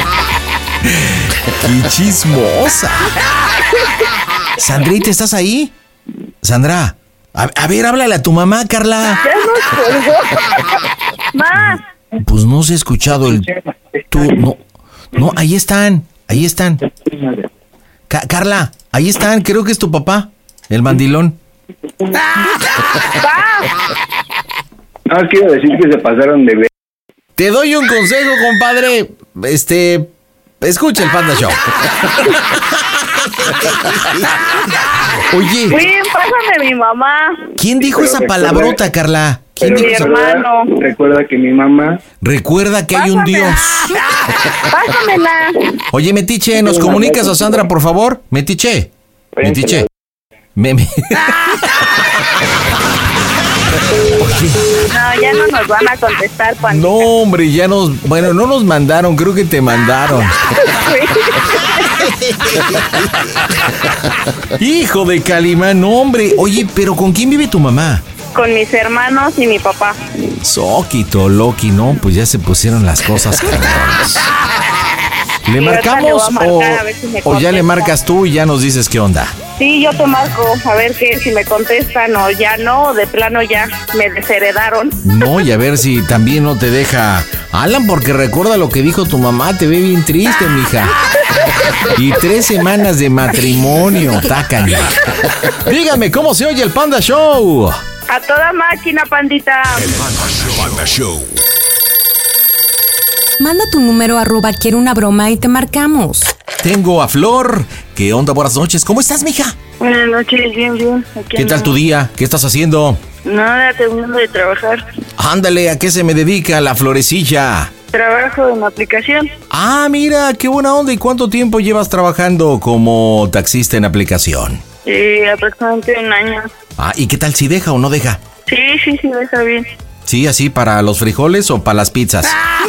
¡Qué chismosa! Sandrita, ¿estás ahí? Sandra, a ver, háblale a tu mamá, Carla. Ya no colgó. Ma. Pues no se ha escuchado el... No, ahí están. Carla, ahí están, creo que es tu papá, el mandilón. Quiero decir que se pasaron de ver. Te doy un consejo, compadre. Escucha el Panda Show. Oye. Sí, pásame a mi mamá. ¿Quién dijo esa palabrota, Carla? ¿Quién dijo mi esa hermano. Recuerda que mi mamá... Recuerda que hay un Dios. Pásamela. Oye, Metiche, ¿nos comunicas a Sandra, por favor? Metiche. No, ya no nos van a contestar, Pandita. No, hombre, bueno, no nos mandaron, creo que te mandaron. Hijo de Calimán, no, hombre. Oye, pero ¿con quién vive tu mamá? Con mis hermanos y mi papá. Soquito, Loki, no, pues ya se pusieron las cosas cabronas. ¿Le marcamos o ya le marcas tú y ya nos dices qué onda? Sí, yo te marco, a ver si me contestan o ya no, de plano ya me desheredaron. No, y a ver si también no te deja Alan, porque recuerda lo que dijo tu mamá, te ve bien triste, mija. Y 3 semanas de matrimonio, tacaña. Dígame, ¿cómo se oye el Panda Show? A toda máquina, Pandita. El Panda Show. Manda tu número @ quiero una broma y te marcamos. Tengo a Flor. ¿Qué onda? Buenas noches. ¿Cómo estás, mija? Buenas noches, bien. ¿Qué tal tu día? ¿Qué estás haciendo? Nada, terminando de trabajar. Ándale, ¿a qué se me dedica la florecilla? Trabajo en aplicación. Ah, mira, qué buena onda. ¿Y cuánto tiempo llevas trabajando como taxista en aplicación? Aproximadamente 1 año. Ah, ¿y qué tal si deja o no deja? Sí, deja bien. ¿Sí, así para los frijoles o para las pizzas?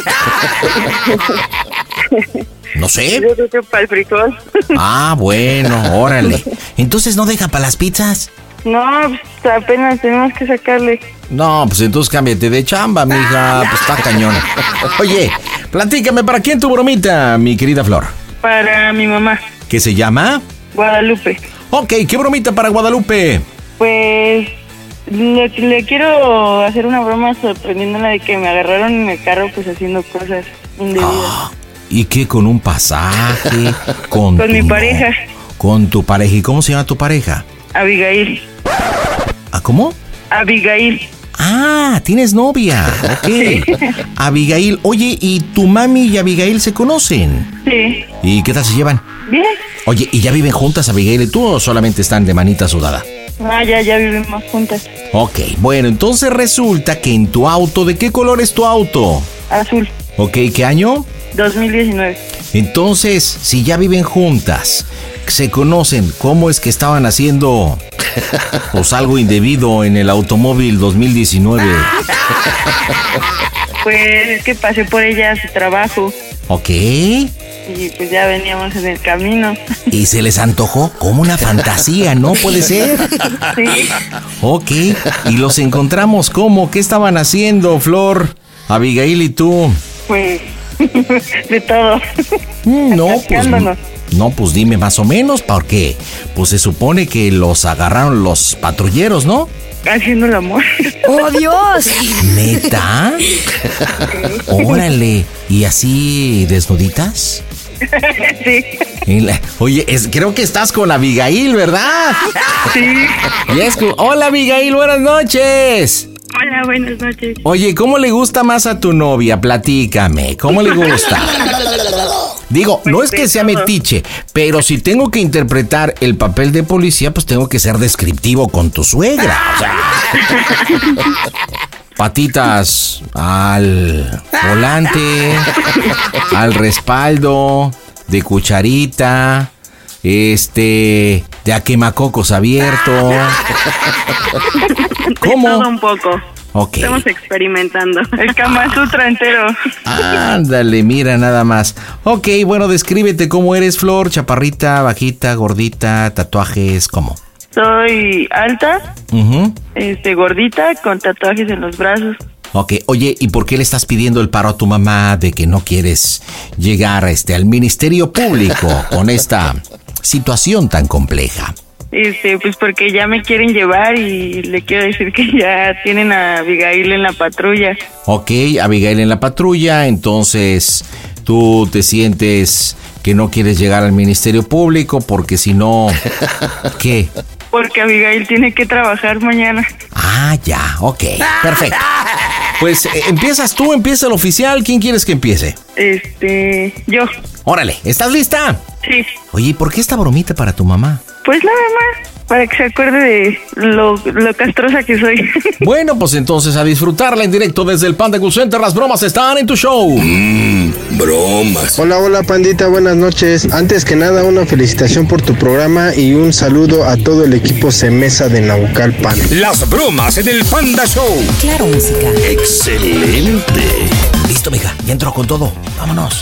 No sé. Yo creo que para el frijol. Ah, bueno, órale. Entonces, ¿no deja para las pizzas? No, pues apenas tenemos que sacarle. No, pues entonces cámbiate de chamba, mija. Pues está cañón. Oye, platícame, ¿para quién tu bromita, mi querida Flor? Para mi mamá. ¿Qué se llama? Guadalupe. Ok, ¿qué bromita para Guadalupe? Pues le quiero hacer una broma sorprendiéndola de que me agarraron en el carro pues haciendo cosas indebidas. ¿Y qué? ¿Con un pasaje? Con mi pareja. ¿Con tu pareja? ¿Y cómo se llama tu pareja? Abigail. ¿Ah, cómo? Abigail. Ah, tienes novia. Ok. Abigail, oye, ¿y tu mami y Abigail se conocen? Sí. ¿Y qué tal se llevan? Bien. Oye, ¿y ya viven juntas Abigail y tú o solamente están de manita sudada? Ah, ya vivimos juntas. Ok, bueno, entonces resulta que en tu auto, ¿de qué color es tu auto? Azul. Ok, ¿qué año? 2019. Entonces, si ya viven juntas, se conocen, ¿cómo es que estaban haciendo pues algo indebido en el automóvil 2019? Pues es que pasé por ella a su trabajo. Ok. Y pues ya veníamos en el camino. ¿Y se les antojó? Como una fantasía, ¿no? ¿Puede ser? Sí. Ok. ¿Y los encontramos cómo? ¿Qué estaban haciendo, Flor, Abigail y tú? Pues de todo. No, pues dime más o menos, porque pues se supone que los agarraron los patrulleros, ¿no? Haciendo el amor. ¡Oh, Dios! ¿Neta? Órale. ¿Y así desnuditas? Sí. Oye, creo que estás con Abigail, ¿verdad? Sí. Hola, Abigail, buenas noches. Hola, buenas noches. Oye, ¿cómo le gusta más a tu novia? Platícame, ¿cómo le gusta? Digo, no es que sea metiche, pero si tengo que interpretar el papel de policía, pues tengo que ser descriptivo con tu suegra. O sea, patitas al volante, al respaldo, de cucharita, de a quemacocos abierto. ¿Cómo? Todo un poco. Ok. Estamos experimentando. El Kama Sutra entero. Ándale, mira nada más. Ok, bueno, descríbete cómo eres, Flor. Chaparrita, bajita, gordita, tatuajes, ¿cómo? Soy alta, gordita, con tatuajes en los brazos. Ok, oye, ¿y por qué le estás pidiendo el paro a tu mamá de que no quieres llegar al Ministerio Público con esta situación tan compleja? Pues porque ya me quieren llevar y le quiero decir que ya tienen a Abigail en la patrulla. Ok, Abigail en la patrulla, entonces tú te sientes que no quieres llegar al Ministerio Público porque si no, ¿qué? Porque Abigail tiene que trabajar mañana. Ah, ya, ok, perfecto. Pues empiezas tú, empieza el oficial. ¿Quién quieres que empiece? Yo. Órale, ¿estás lista? Sí. Oye, ¿por qué esta bromita para tu mamá? Pues nada más, para que se acuerde de lo castrosa que soy. Bueno, pues entonces a disfrutarla en directo desde el Panda Cool Center. Las bromas están en tu show. Bromas. Hola, pandita, buenas noches. Antes que nada, una felicitación por tu programa y un saludo a todo el equipo Semesa de Naucalpan. Las bromas en el Panda Show. Claro, música. Excelente. Listo, mija, ya entró con todo. Vámonos.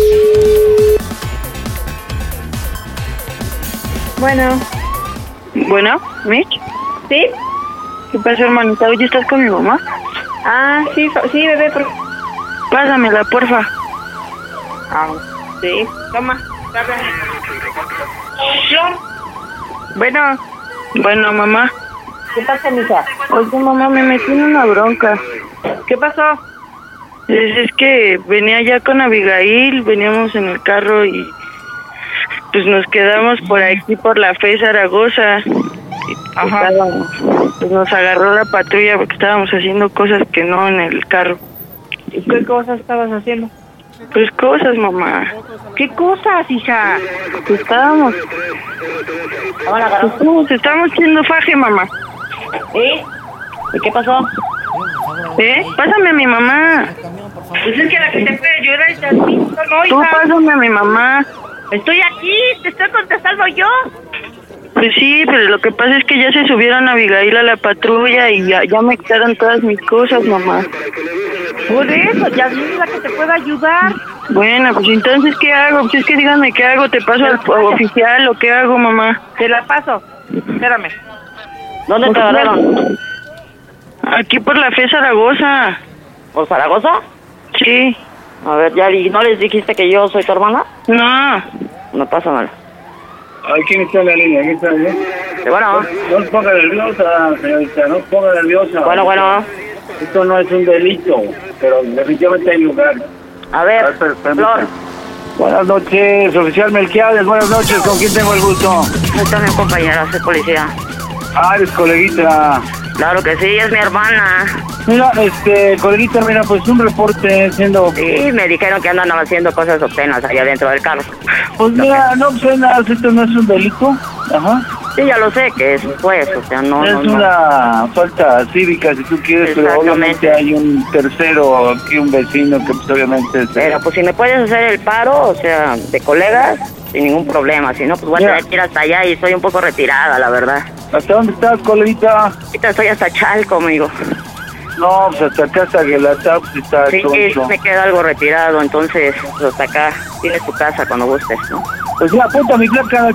Bueno, ¿Mitch? ¿Sí? ¿Qué pasa, hermanita? ¿Oye, estás con mi mamá? Ah, sí, bebé. Pásamela, porfa. Ah, sí. Toma, Flor. Bueno, mamá. ¿Qué pasa, mija? Oye, mamá, me metí en una bronca. ¿Qué pasó? Es que venía ya con Abigail, veníamos en el carro y pues nos quedamos por aquí, por la FE Zaragoza. Ajá. Pues nos agarró la patrulla porque estábamos haciendo cosas que no en el carro. ¿Y qué cosas estabas haciendo? Pues cosas, mamá. ¿Qué cosas, hija? Pues estábamos haciendo faje, mamá. ¿Y qué pasó? Pásame a mi mamá. Pues es que la que te puede ayudar es a ti, no, hija. Tú pásame a mi mamá. Estoy aquí, te estoy contestando yo. Pues sí, pero lo que pasa es que ya se subieron a Abigail a la patrulla y ya me quitaron todas mis cosas, mamá. Por eso, ya viene la que te pueda ayudar. Bueno, pues entonces, ¿qué hago? Pues es que díganme qué hago, ¿te paso al oficial o qué hago, mamá? Te la paso, espérame. ¿Dónde te agarraron? Aquí por la FE Zaragoza. ¿Por Zaragoza? Sí. A ver, ya, ¿y no les dijiste que yo soy tu hermana? No. No pasa nada. Ay, ¿quién está en la línea? ¿Quién está ahí? Bueno. No se ponga nerviosa, señorita, no se ponga nerviosa. Bueno. Esto no es un delito, pero definitivamente hay lugar. A ver, Flor. Buenas noches, oficial Melquiades, buenas noches, ¿con quién tengo el gusto? Soy mi compañera, soy policía. Ah, eres coleguita. Claro que sí, es mi hermana. Mira, coleguita, mira, pues un reporte siendo... Sí, me dijeron que andan haciendo cosas obscenas allá dentro del carro. Pues mira, no obscenas, esto no es un delito. Ajá. Sí, ya lo sé que es, pues, o sea, no... Es una falta cívica, si tú quieres, pero obviamente hay un tercero, aquí un vecino que pues obviamente... Pero pues si me puedes hacer el paro, o sea, de colegas, sin ningún problema. Si no, pues voy a tener que ir hasta allá y estoy un poco retirada, la verdad. ¿Hasta dónde estás, coleguita? Ahorita estoy hasta Chalco, amigo. No, pues hasta acá, hasta Guelatá, pues está sí, choncho. me queda algo retirado, entonces, pues hasta acá tienes tu casa cuando gustes, ¿no? Pues ya, apunta mi placa,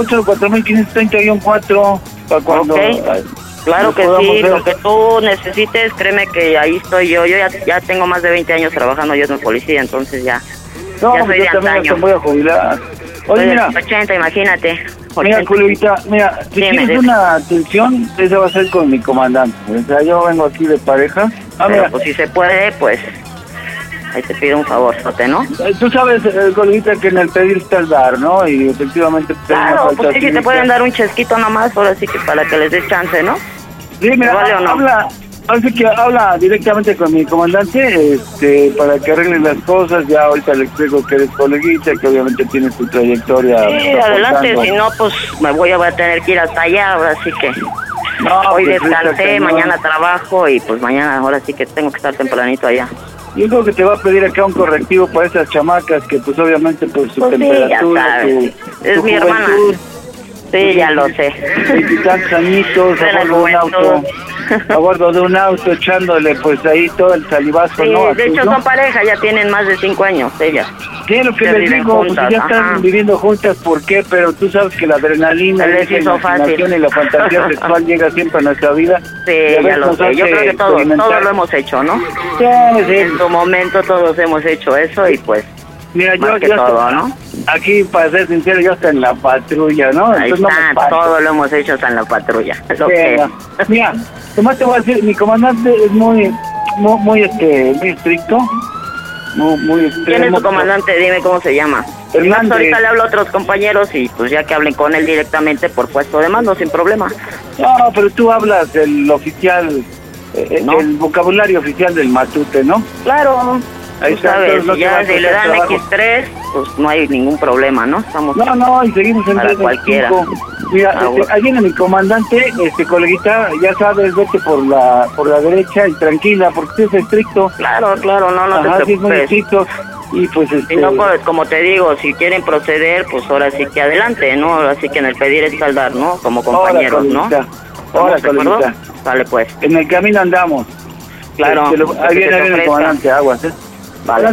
84-4531-4, para cuando... Okay. Claro que sí, lo que tú necesites, créeme que ahí estoy yo. Yo ya tengo más de 20 años trabajando yo en policía, entonces ya no, ya soy de antaño. Me voy a jubilar. Oye, mira. 80, imagínate. 80. Mira, coleguita, mira, si quieres una atención, esa va a ser con mi comandante. O sea, yo vengo aquí de pareja. Pero mira, pues si se puede, pues ahí te pido un favor, ¿no? Tú sabes, coleguita, que en el pedir está el dar, ¿no? Y efectivamente... Claro, pues sí, si te pueden dar un chesquito nomás, ahora sí que para que les des chance, ¿no? Sí, mira, ¿vale o no? habla directamente con mi comandante, para que arreglen las cosas. Ya ahorita le explico que eres coleguita, que obviamente tienes tu trayectoria. Sí, adelante, si no, pues me voy a tener que ir hasta allá, ahora sí que... No, hoy pues, descansé, mañana trabajo y pues mañana ahora sí que tengo que estar tempranito allá. Yo creo que te va a pedir acá un correctivo para esas chamacas que pues obviamente pues su temperatura, sí, es mi hermana. Sí, ya lo sé. 20 y tantos añitos, a bordo de un auto echándole pues ahí todo el salivazo, sí, ¿no? De hecho son pareja, ya tienen más de 5 años ellas. Sí, lo que les digo, juntas, pues ya están viviendo juntas, ¿por qué? Pero tú sabes que la adrenalina, la imaginación y la fantasía sexual llega siempre a nuestra vida. Sí, ya lo sé. Yo creo que todos lo hemos hecho, ¿no? Sí. En su momento todos hemos hecho eso y pues... Mira, más que todo, ¿no? Aquí, para ser sincero, yo hasta en la patrulla, ¿no? Ahí está, todo lo hemos hecho hasta en la patrulla. Mira, nomás te voy a decir, mi comandante es muy estricto, muy extremo. ¿Quién es tu comandante? Dime cómo se llama. Hernández. Ahorita le hablo a otros compañeros y pues ya que hablen con él directamente por puesto de mando, sin problema. No, pero tú hablas del oficial, el vocabulario oficial del Matute, ¿no? Claro. Ahí tú sabes, si le dan X3, pues no hay ningún problema, ¿no? Estamos y seguimos en para cualquiera. Mira, ahí viene mi comandante, coleguita, ya sabes, vete por la derecha y tranquila, porque es estricto. Claro, no te preocupes. Sí, es muy estricto. Y pues Si no, pues, como te digo, si quieren proceder, pues ahora sí que adelante, ¿no? Ahora sí que en el pedir es saldar, ¿no? Como compañeros, ¿no? Ahora, coleguita. Vale, pues. En el camino andamos. Claro. Ahí viene el comandante, aguas, Vale.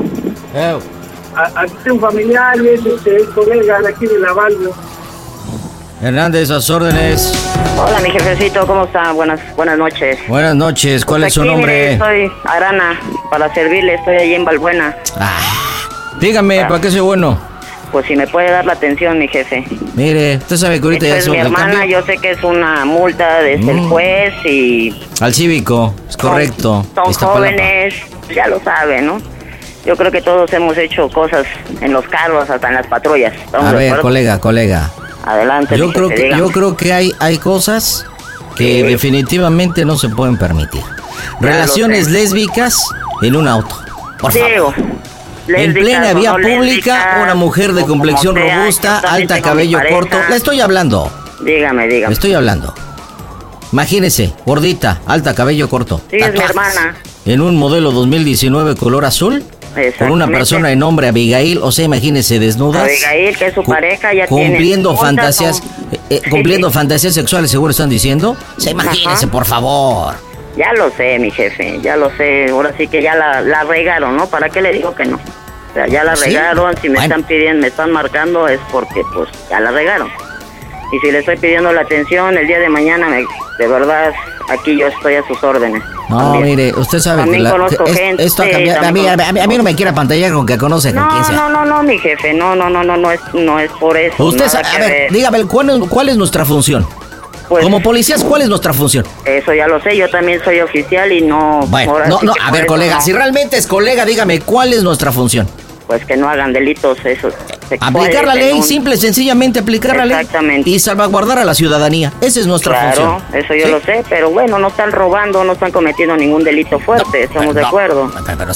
Aquí tengo un familiar y es colega de aquí de la Valdo. Hernández, a sus órdenes. Hola, mi jefecito, ¿cómo está? Buenas noches. Buenas noches, ¿cuál es su nombre? Mire, soy Arana, para servirle, estoy allí en Balbuena. Dígame, ¿para qué soy bueno? Pues si me puede dar la atención, mi jefe. Mire, usted sabe que ahorita ya es mi hermana, yo sé que es una multa desde el juez y... Al cívico, es correcto. Son jóvenes, ya lo sabe, ¿no? Yo creo que todos hemos hecho cosas en los carros, hasta en las patrullas. A ver, colega. Adelante. Yo creo que hay cosas que definitivamente no se pueden permitir. Relaciones lésbicas en un auto. Por favor. En plena vía pública, una mujer de complexión robusta, alta, cabello corto. Le estoy hablando. Dígame. Le estoy hablando. Imagínese, gordita, alta, cabello corto. Sí, es mi hermana. En un modelo 2019 color azul. Con una persona de nombre Abigail, o sea, imagínese desnudas. Abigail, que es su pareja, ya cumpliendo fantasías, cumpliendo fantasías sexuales, seguro están diciendo. O sea, imagínese, por favor. Ya lo sé, mi jefe, ya lo sé. Ahora sí que ya la regaron, ¿no? ¿Para qué le digo que no? O sea, ya la regaron. Si me están pidiendo, me están marcando, es porque, pues, ya la regaron. Y si le estoy pidiendo la atención, el día de mañana, de verdad, aquí yo estoy a sus órdenes. No, también. Mire, usted sabe que esto ha cambiado. A mí no me quiera pantallar con que conoce con quién sea. No, mi jefe, no es por eso. Usted sabe, a ver, dígame, ¿cuál es nuestra función? Pues, como policías, ¿cuál es nuestra función? Eso ya lo sé, yo también soy oficial y no... Bueno, a ver, colega, si realmente es colega, dígame, ¿cuál es nuestra función? pues que no hagan delitos esos sexuales. Aplicar la ley, simple, sencillamente aplicar la ley. Exactamente. Y salvaguardar a la ciudadanía. Esa es nuestra función. Claro, eso yo lo sé, pero bueno, no están robando, no están cometiendo ningún delito fuerte, estamos de acuerdo. Pero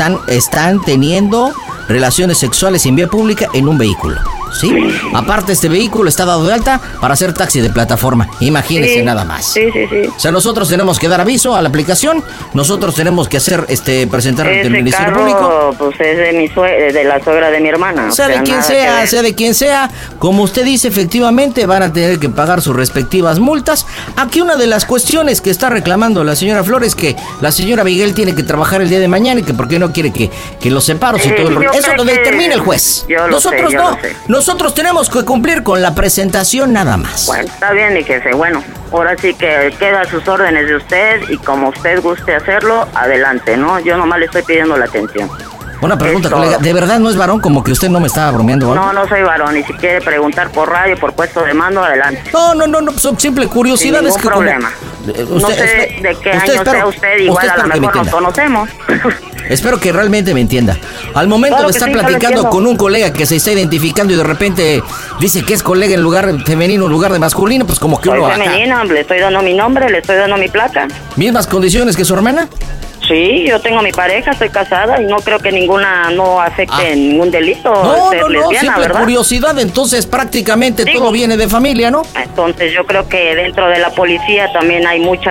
están teniendo relaciones sexuales en vía pública en un vehículo, ¿sí? Aparte, este vehículo está dado de alta para hacer taxi de plataforma. Imagínese nada más. Sí. O sea, nosotros tenemos que dar aviso a la aplicación, nosotros tenemos que hacer, presentar ante el Ministerio Público. Pues es de la suegra de mi hermana. Sea de quien sea, como usted dice, efectivamente van a tener que pagar sus respectivas multas. Aquí una de las cuestiones que está reclamando la señora Flores, que la señora Miguel tiene que trabajar el día de mañana y que por qué no quiere que los separos y todo el rollo. Eso lo determina el juez. Nosotros no. Nosotros tenemos que cumplir con la presentación nada más. Bueno, está bien, mi jefe. Bueno, ahora sí que queda a sus órdenes de usted y como usted guste hacerlo, adelante, ¿no? Yo nomás le estoy pidiendo la atención. Una pregunta, colega, ¿de verdad no es varón? Como que usted no me estaba bromeando, ¿vale? No soy varón, y si quiere preguntar por radio, por puesto de mando, adelante. No, son simple curiosidades. Sin ningún problema. No sé de qué año sea usted, igual a lo mejor nos conocemos. Espero que realmente me entienda. Al momento de estar platicando con un colega que se está identificando y de repente dice que es colega en lugar femenino en lugar de masculino, pues como que uno... Soy femenino, le estoy dando mi nombre, le estoy dando mi placa. ¿Mismas condiciones que su hermana? Sí, yo tengo mi pareja, estoy casada y no creo que ninguna no afecte ningún delito. No, lesbiana, simple ¿verdad? Curiosidad, entonces prácticamente todo viene de familia, ¿no? Entonces yo creo que dentro de la policía también hay mucho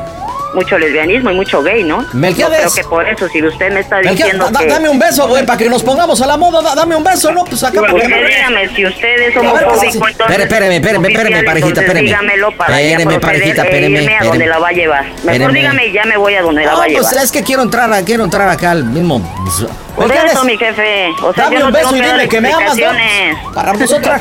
lesbianismo y mucho gay, ¿no? Melquiades. Yo creo que por eso, si usted me está diciendo que... Dame un beso, güey, para que nos pongamos a la moda, dame un beso, ¿no? Pues acá... Porque dígame, si usted es homofóbico, entonces... Espérame, parejita, espérame. Dígamelo para irme a donde la va a llevar. Mejor dígame y ya me voy a donde la va a llevar. Pues es que quiero entrar acá al mismo... Por eso, mi jefe. O sea, dame yo no un beso tengo y que dar dime que me amas, ¿no? Para nosotras.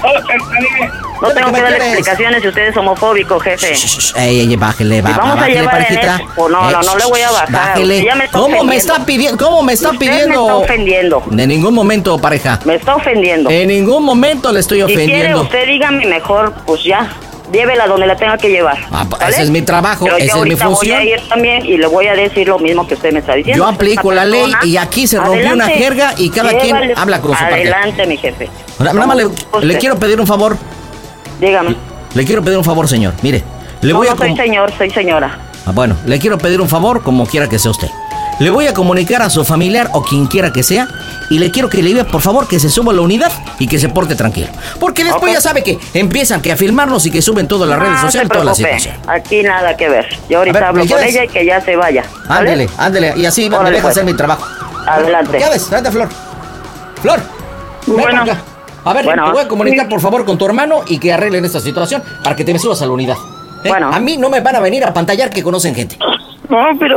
No tengo que dar explicaciones si usted es homofóbico, jefe. Ey, bájele, vamos a llevar parejita. No le voy a bajar. Bájele. ¿Cómo me está pidiendo? Me está ofendiendo. En ningún momento, pareja. Me está ofendiendo. En ningún momento le estoy ofendiendo. Si quiere usted, dígame mejor, pues ya. Llévela donde la tenga que llevar. Ese es mi trabajo, esa es mi función. Voy a ir también y le voy a decir lo mismo que usted me está diciendo. Yo aplico la ley y aquí se rompió una jerga y cada quien habla con su parte. Adelante, mi jefe. Nada más le quiero pedir un favor. Dígame. Le quiero pedir un favor, señor. Mire, no soy señor, soy señora. Bueno, le quiero pedir un favor como quiera que sea usted. Le voy a comunicar a su familiar o quien quiera que sea y le quiero que le diga, por favor, que se suba a la unidad y que se porte tranquilo. Porque después ya sabe que empiezan a filmarnos y que suben todas las redes sociales, toda la situación. Aquí nada que ver. Yo ahorita hablo con ella y que ya se vaya. ¿Vale? Ándele. Y así me deja hacer mi trabajo. Adelante. ¿Qué haces? Tráete, Flor. Flor. Bueno. Acá. A ver, te voy a comunicar, por favor, con tu hermano y que arreglen esta situación para que te me subas a la unidad. Bueno. A mí no me van a venir a pantallar que conocen gente. No, pero...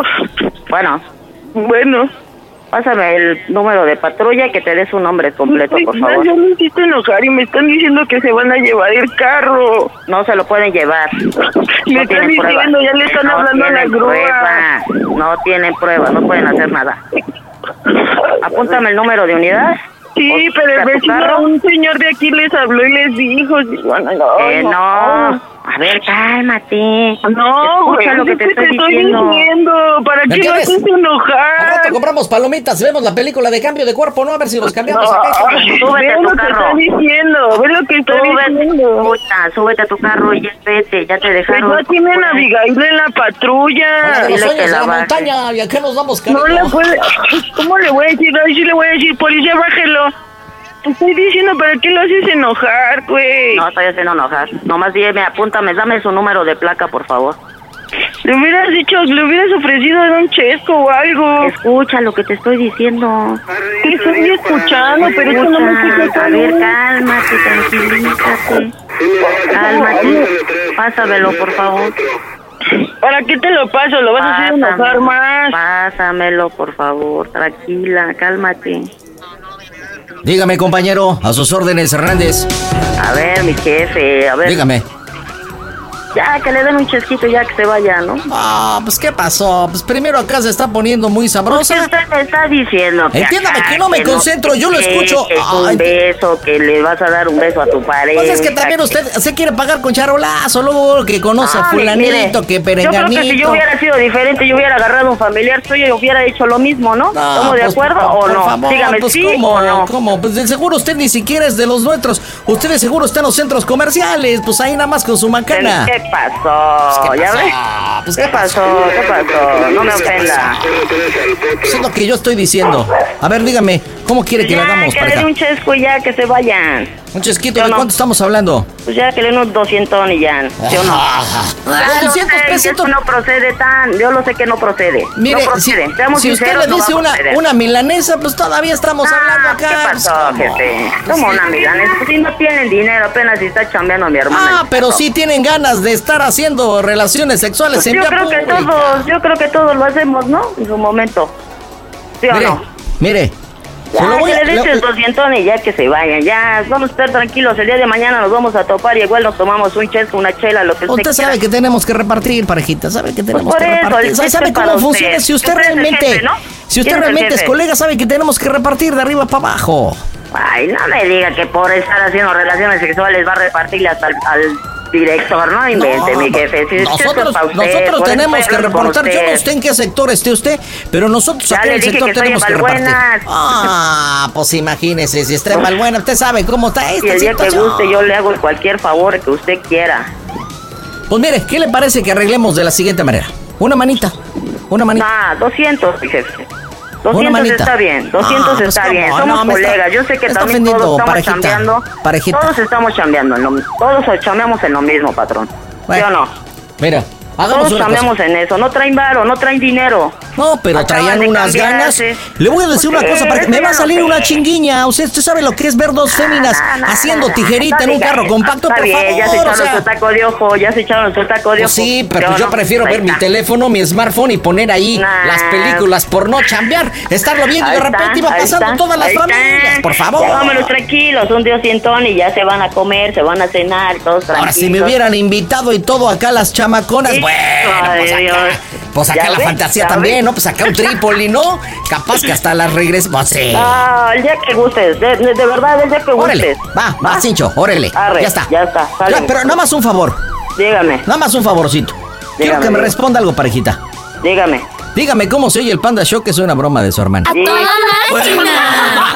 Bueno, pásame el número de patrulla y que te dé su nombre completo, por favor. Yo me hiciste enojar y me están diciendo que se van a llevar el carro. No se lo pueden llevar. Me están diciendo, ya le están hablando a la grúa. No tienen prueba, no pueden hacer nada. Apúntame el número de unidad. Sí, pero el vecino, un señor de aquí les habló y les dijo... no. A ver, cálmate. No, escucha lo que te estoy diciendo. ¿Para qué me haces enojar? Ahora te compramos palomitas, vemos la película de cambio de cuerpo, ¿no? A ver si nos cambiamos acá. Súbete a tu carro. Ve lo que está diciendo. Súbete a tu carro y ya vete, ya te dejaron. Pues no tienen a Abigail en la patrulla. Los sueños de la montaña, ¿y a qué nos vamos, cariño? No le puede... ¿Cómo le voy a decir? Ahí sí le voy a decir, policía, bájelo. Te estoy diciendo, ¿para qué lo haces enojar, güey? No estoy haciendo enojar. Nomás dime, apúntame, dame su número de placa, por favor. Le hubieras ofrecido un chesco o algo. Escucha lo que te estoy diciendo. Te estoy escuchando, pero eso no me escucha. A ver, cálmate, tranquilízate. Cálmate. Pásamelo, por favor. ¿Para qué te lo paso? ¿Lo vas a hacer enojar más? Pásamelo, por favor. Tranquila, cálmate. Dígame, compañero, a sus órdenes, Hernández. A ver, mi jefe, a ver. Dígame. Ya, que le den un chesquito ya que se vaya, ¿no? Ah, pues ¿qué pasó? Pues primero acá se está poniendo muy sabrosa. ¿Qué usted me está diciendo? Entiéndame que no me concentro, yo lo escucho. Que un beso, que le vas a dar un beso a tu pareja. Pues es que también usted quiere pagar con charolazo, luego que conoce a fulanito, que perenganito. Yo creo que si yo hubiera sido diferente, yo hubiera agarrado un familiar suyo y hubiera hecho lo mismo, ¿no? ¿Estamos de acuerdo o no? Favor, dígame pues, sí ¿cómo, o no. ¿Cómo? Pues de seguro usted ni siquiera es de los nuestros. Usted de seguro está en los centros comerciales, pues ahí nada más con su macana. ¿Qué pasó? ¿Ya ves? Pues, ¿Qué pasó? ¿Qué pasó? No me ofenda. Eso es lo que yo estoy diciendo. A ver, dígame, ¿cómo quiere que le hagamos, que pareja? le dé un chesco y ya, que se vayan. Un chesquito, ¿de cuánto estamos hablando? Pues ya que le den unos 200 y ya, ¿sí o no? 200 pesitos. Eso no procede yo lo sé que no procede. Mire, no procede. si usted le dice una milanesa, pues todavía estamos hablando acá. ¿Qué pasó, jefe? Como una milanesa, pues si no tienen dinero, apenas si está chambeando mi hermana. Pero sí tienen ganas de estar haciendo relaciones sexuales pues en yo creo que todos lo hacemos, ¿no? En su momento. ¿Sí o no? Mire. Ya, que le eches 200 y ya que se vayan, ya vamos a estar tranquilos, el día de mañana nos vamos a topar y igual nos tomamos un chesco, una chela, lo que usted sabe que tenemos que repartir, parejita, sabe que tenemos que repartir, ¿sabe cómo funciona? Si usted realmente, si usted realmente es colega, sabe que tenemos que repartir de arriba para abajo. Ay, no me diga que por estar haciendo relaciones sexuales va a repartirle hasta al director, no invente, mi jefe. Si nosotros tenemos que reportar. Yo no sé en qué sector esté usted, pero nosotros acá en el sector tenemos que repartir. Pues imagínese, si está en Valbuena, usted sabe cómo está esta situación. Y el día que guste, yo le hago cualquier favor que usted quiera. Pues mire, ¿qué le parece que arreglemos de la siguiente manera? Una manita. 200, mi jefe. 200 está bien, 200 está bien, somos colegas, yo sé que también todos estamos chambeando, todos estamos chambeando, todos chambeamos en lo mismo, patrón, ¿sí o no? Mira, todos chambeamos en eso, no traen varo, no traen dinero. No, pero traían unas ganas. Le voy a decir una cosa, me va a salir una chinguiña. Usted sabe lo que es ver dos féminas haciendo tijerita en un carro compacto, por favor. Ya se echaron su taco de ojo, Sí, pero yo prefiero ver mi teléfono, mi smartphone y poner ahí las películas por no chambear, estarlo viendo y de repente iba pasando todas las familias, por favor. Vámonos tranquilos, un 200 y ya se van a comer, se van a cenar, todos tranquilos. Ahora, si me hubieran invitado y todo acá las chamaconas, pues acá la fantasía también, ¿no? Pues acá un Trípoli, ¿no? Capaz que hasta las regresemos. Sí. El día que gustes, de verdad, el día que gustes. Va, Cincho, órale. Ya está. Ya, pero nada más un favor. Dígame. Nada más un favorcito. Quiero que me responda algo, parejita. Dígame cómo se oye el Panda Show, que es una broma de su hermana. ¡A toda máquina!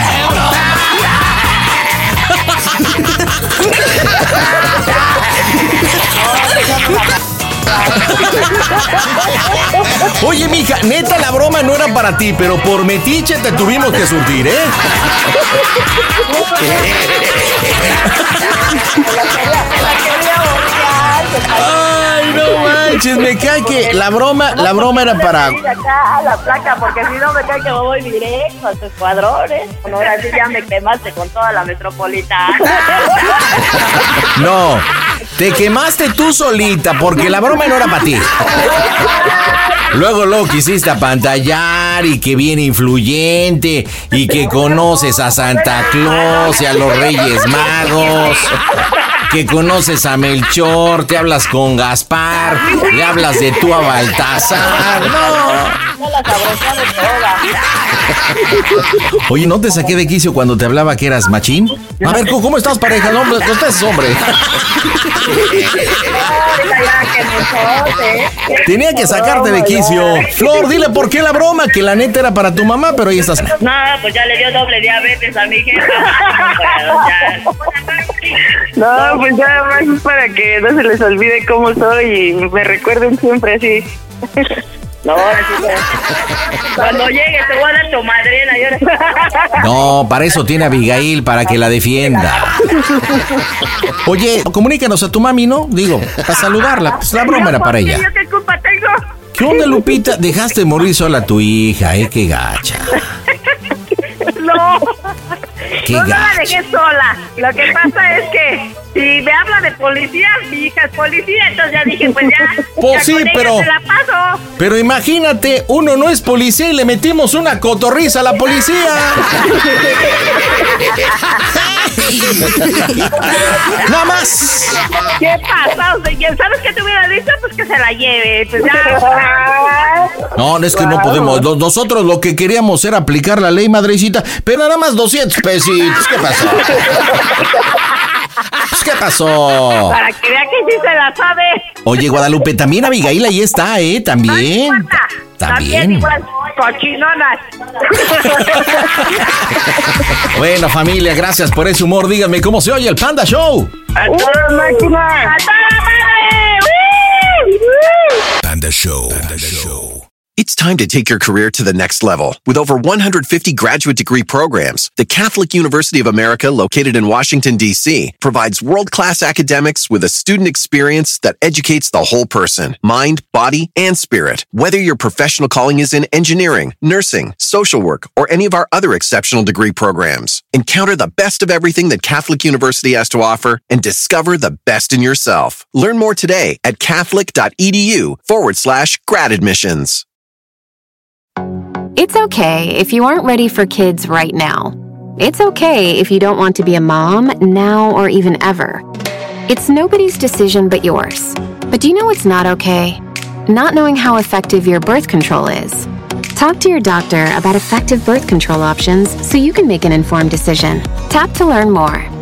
Oye, mija, neta, la broma no era para ti, pero por metiche te tuvimos que surtir, ¿eh? Ay, no manches, me cae que la broma era para... Acá a la placa, porque si no me cae que me voy directo a tus cuadrones. Ahora sí ya me quemaste con toda la metropolitana. No, te quemaste tú solita, porque la broma no era para ti. Luego quisiste apantallar y que bien influyente y que conoces a Santa Claus y a los Reyes Magos, que conoces a Melchor, te hablas con Gaspar, le hablas de tú a Baltasar. No la sabrosamos toda. Oye, ¿no te saqué de quicio cuando te hablaba que eras machín? A ver, ¿cómo estás, pareja? No estás, hombre. Tenía que sacarte de quicio. Flor, dile por qué la broma, que la neta era para tu mamá, pero ahí estás. No, pues ya le dio doble diabetes a mi jefa. No, pues ya más es para que no se les olvide cómo soy y me recuerden siempre así. No, cuando llegue te voy a dar tu madrina. No, para eso tiene a Abigail, para que la defienda. Oye, comunícanos a tu mami, ¿no? Digo, para saludarla. Pues la broma era para ella. ¿Yo qué culpa tengo? ¿Qué onda, Lupita? Dejaste morir sola a tu hija, qué gacha. No. qué no la gacho. dejé sola. Lo que pasa es que si me habla de policía, mi hija es policía, entonces ya dije, pues ya. Pues ya sí, con ella pero- se la paso. Pero imagínate, uno no es policía y le metimos una cotorriza a la policía. Nada más. ¿Qué pasa? O sea, ¿sabes qué te hubiera dicho? Pues que se la lleve. Pues ya. No, es que no podemos. Nosotros lo que queríamos era aplicar la ley, madrecita, pero nada más 200 pesitos. ¿Qué pasó? ¿Qué pasó? Para que vea que sí se la sabe. Oye, Guadalupe, también Abigail ahí está, ¿eh? También. También igual, cochinonas. Bueno, familia, gracias por ese humor. Díganme cómo se oye el Panda Show. ¡A toda máquina! ¡A toda madre! Panda Show. It's time to take your career to the next level. With over 150 graduate degree programs, the Catholic University of America, located in Washington, D.C., provides world-class academics with a student experience that educates the whole person, mind, body, and spirit. Whether your professional calling is in engineering, nursing, social work, or any of our other exceptional degree programs, encounter the best of everything that Catholic University has to offer and discover the best in yourself. Learn more today at catholic.edu/grad admissions. It's okay if you aren't ready for kids right now. It's okay if you don't want to be a mom now or even ever. It's nobody's decision but yours. But do you know what's not okay? Not knowing how effective your birth control is. Talk to your doctor about effective birth control options so you can make an informed decision. Tap to learn more.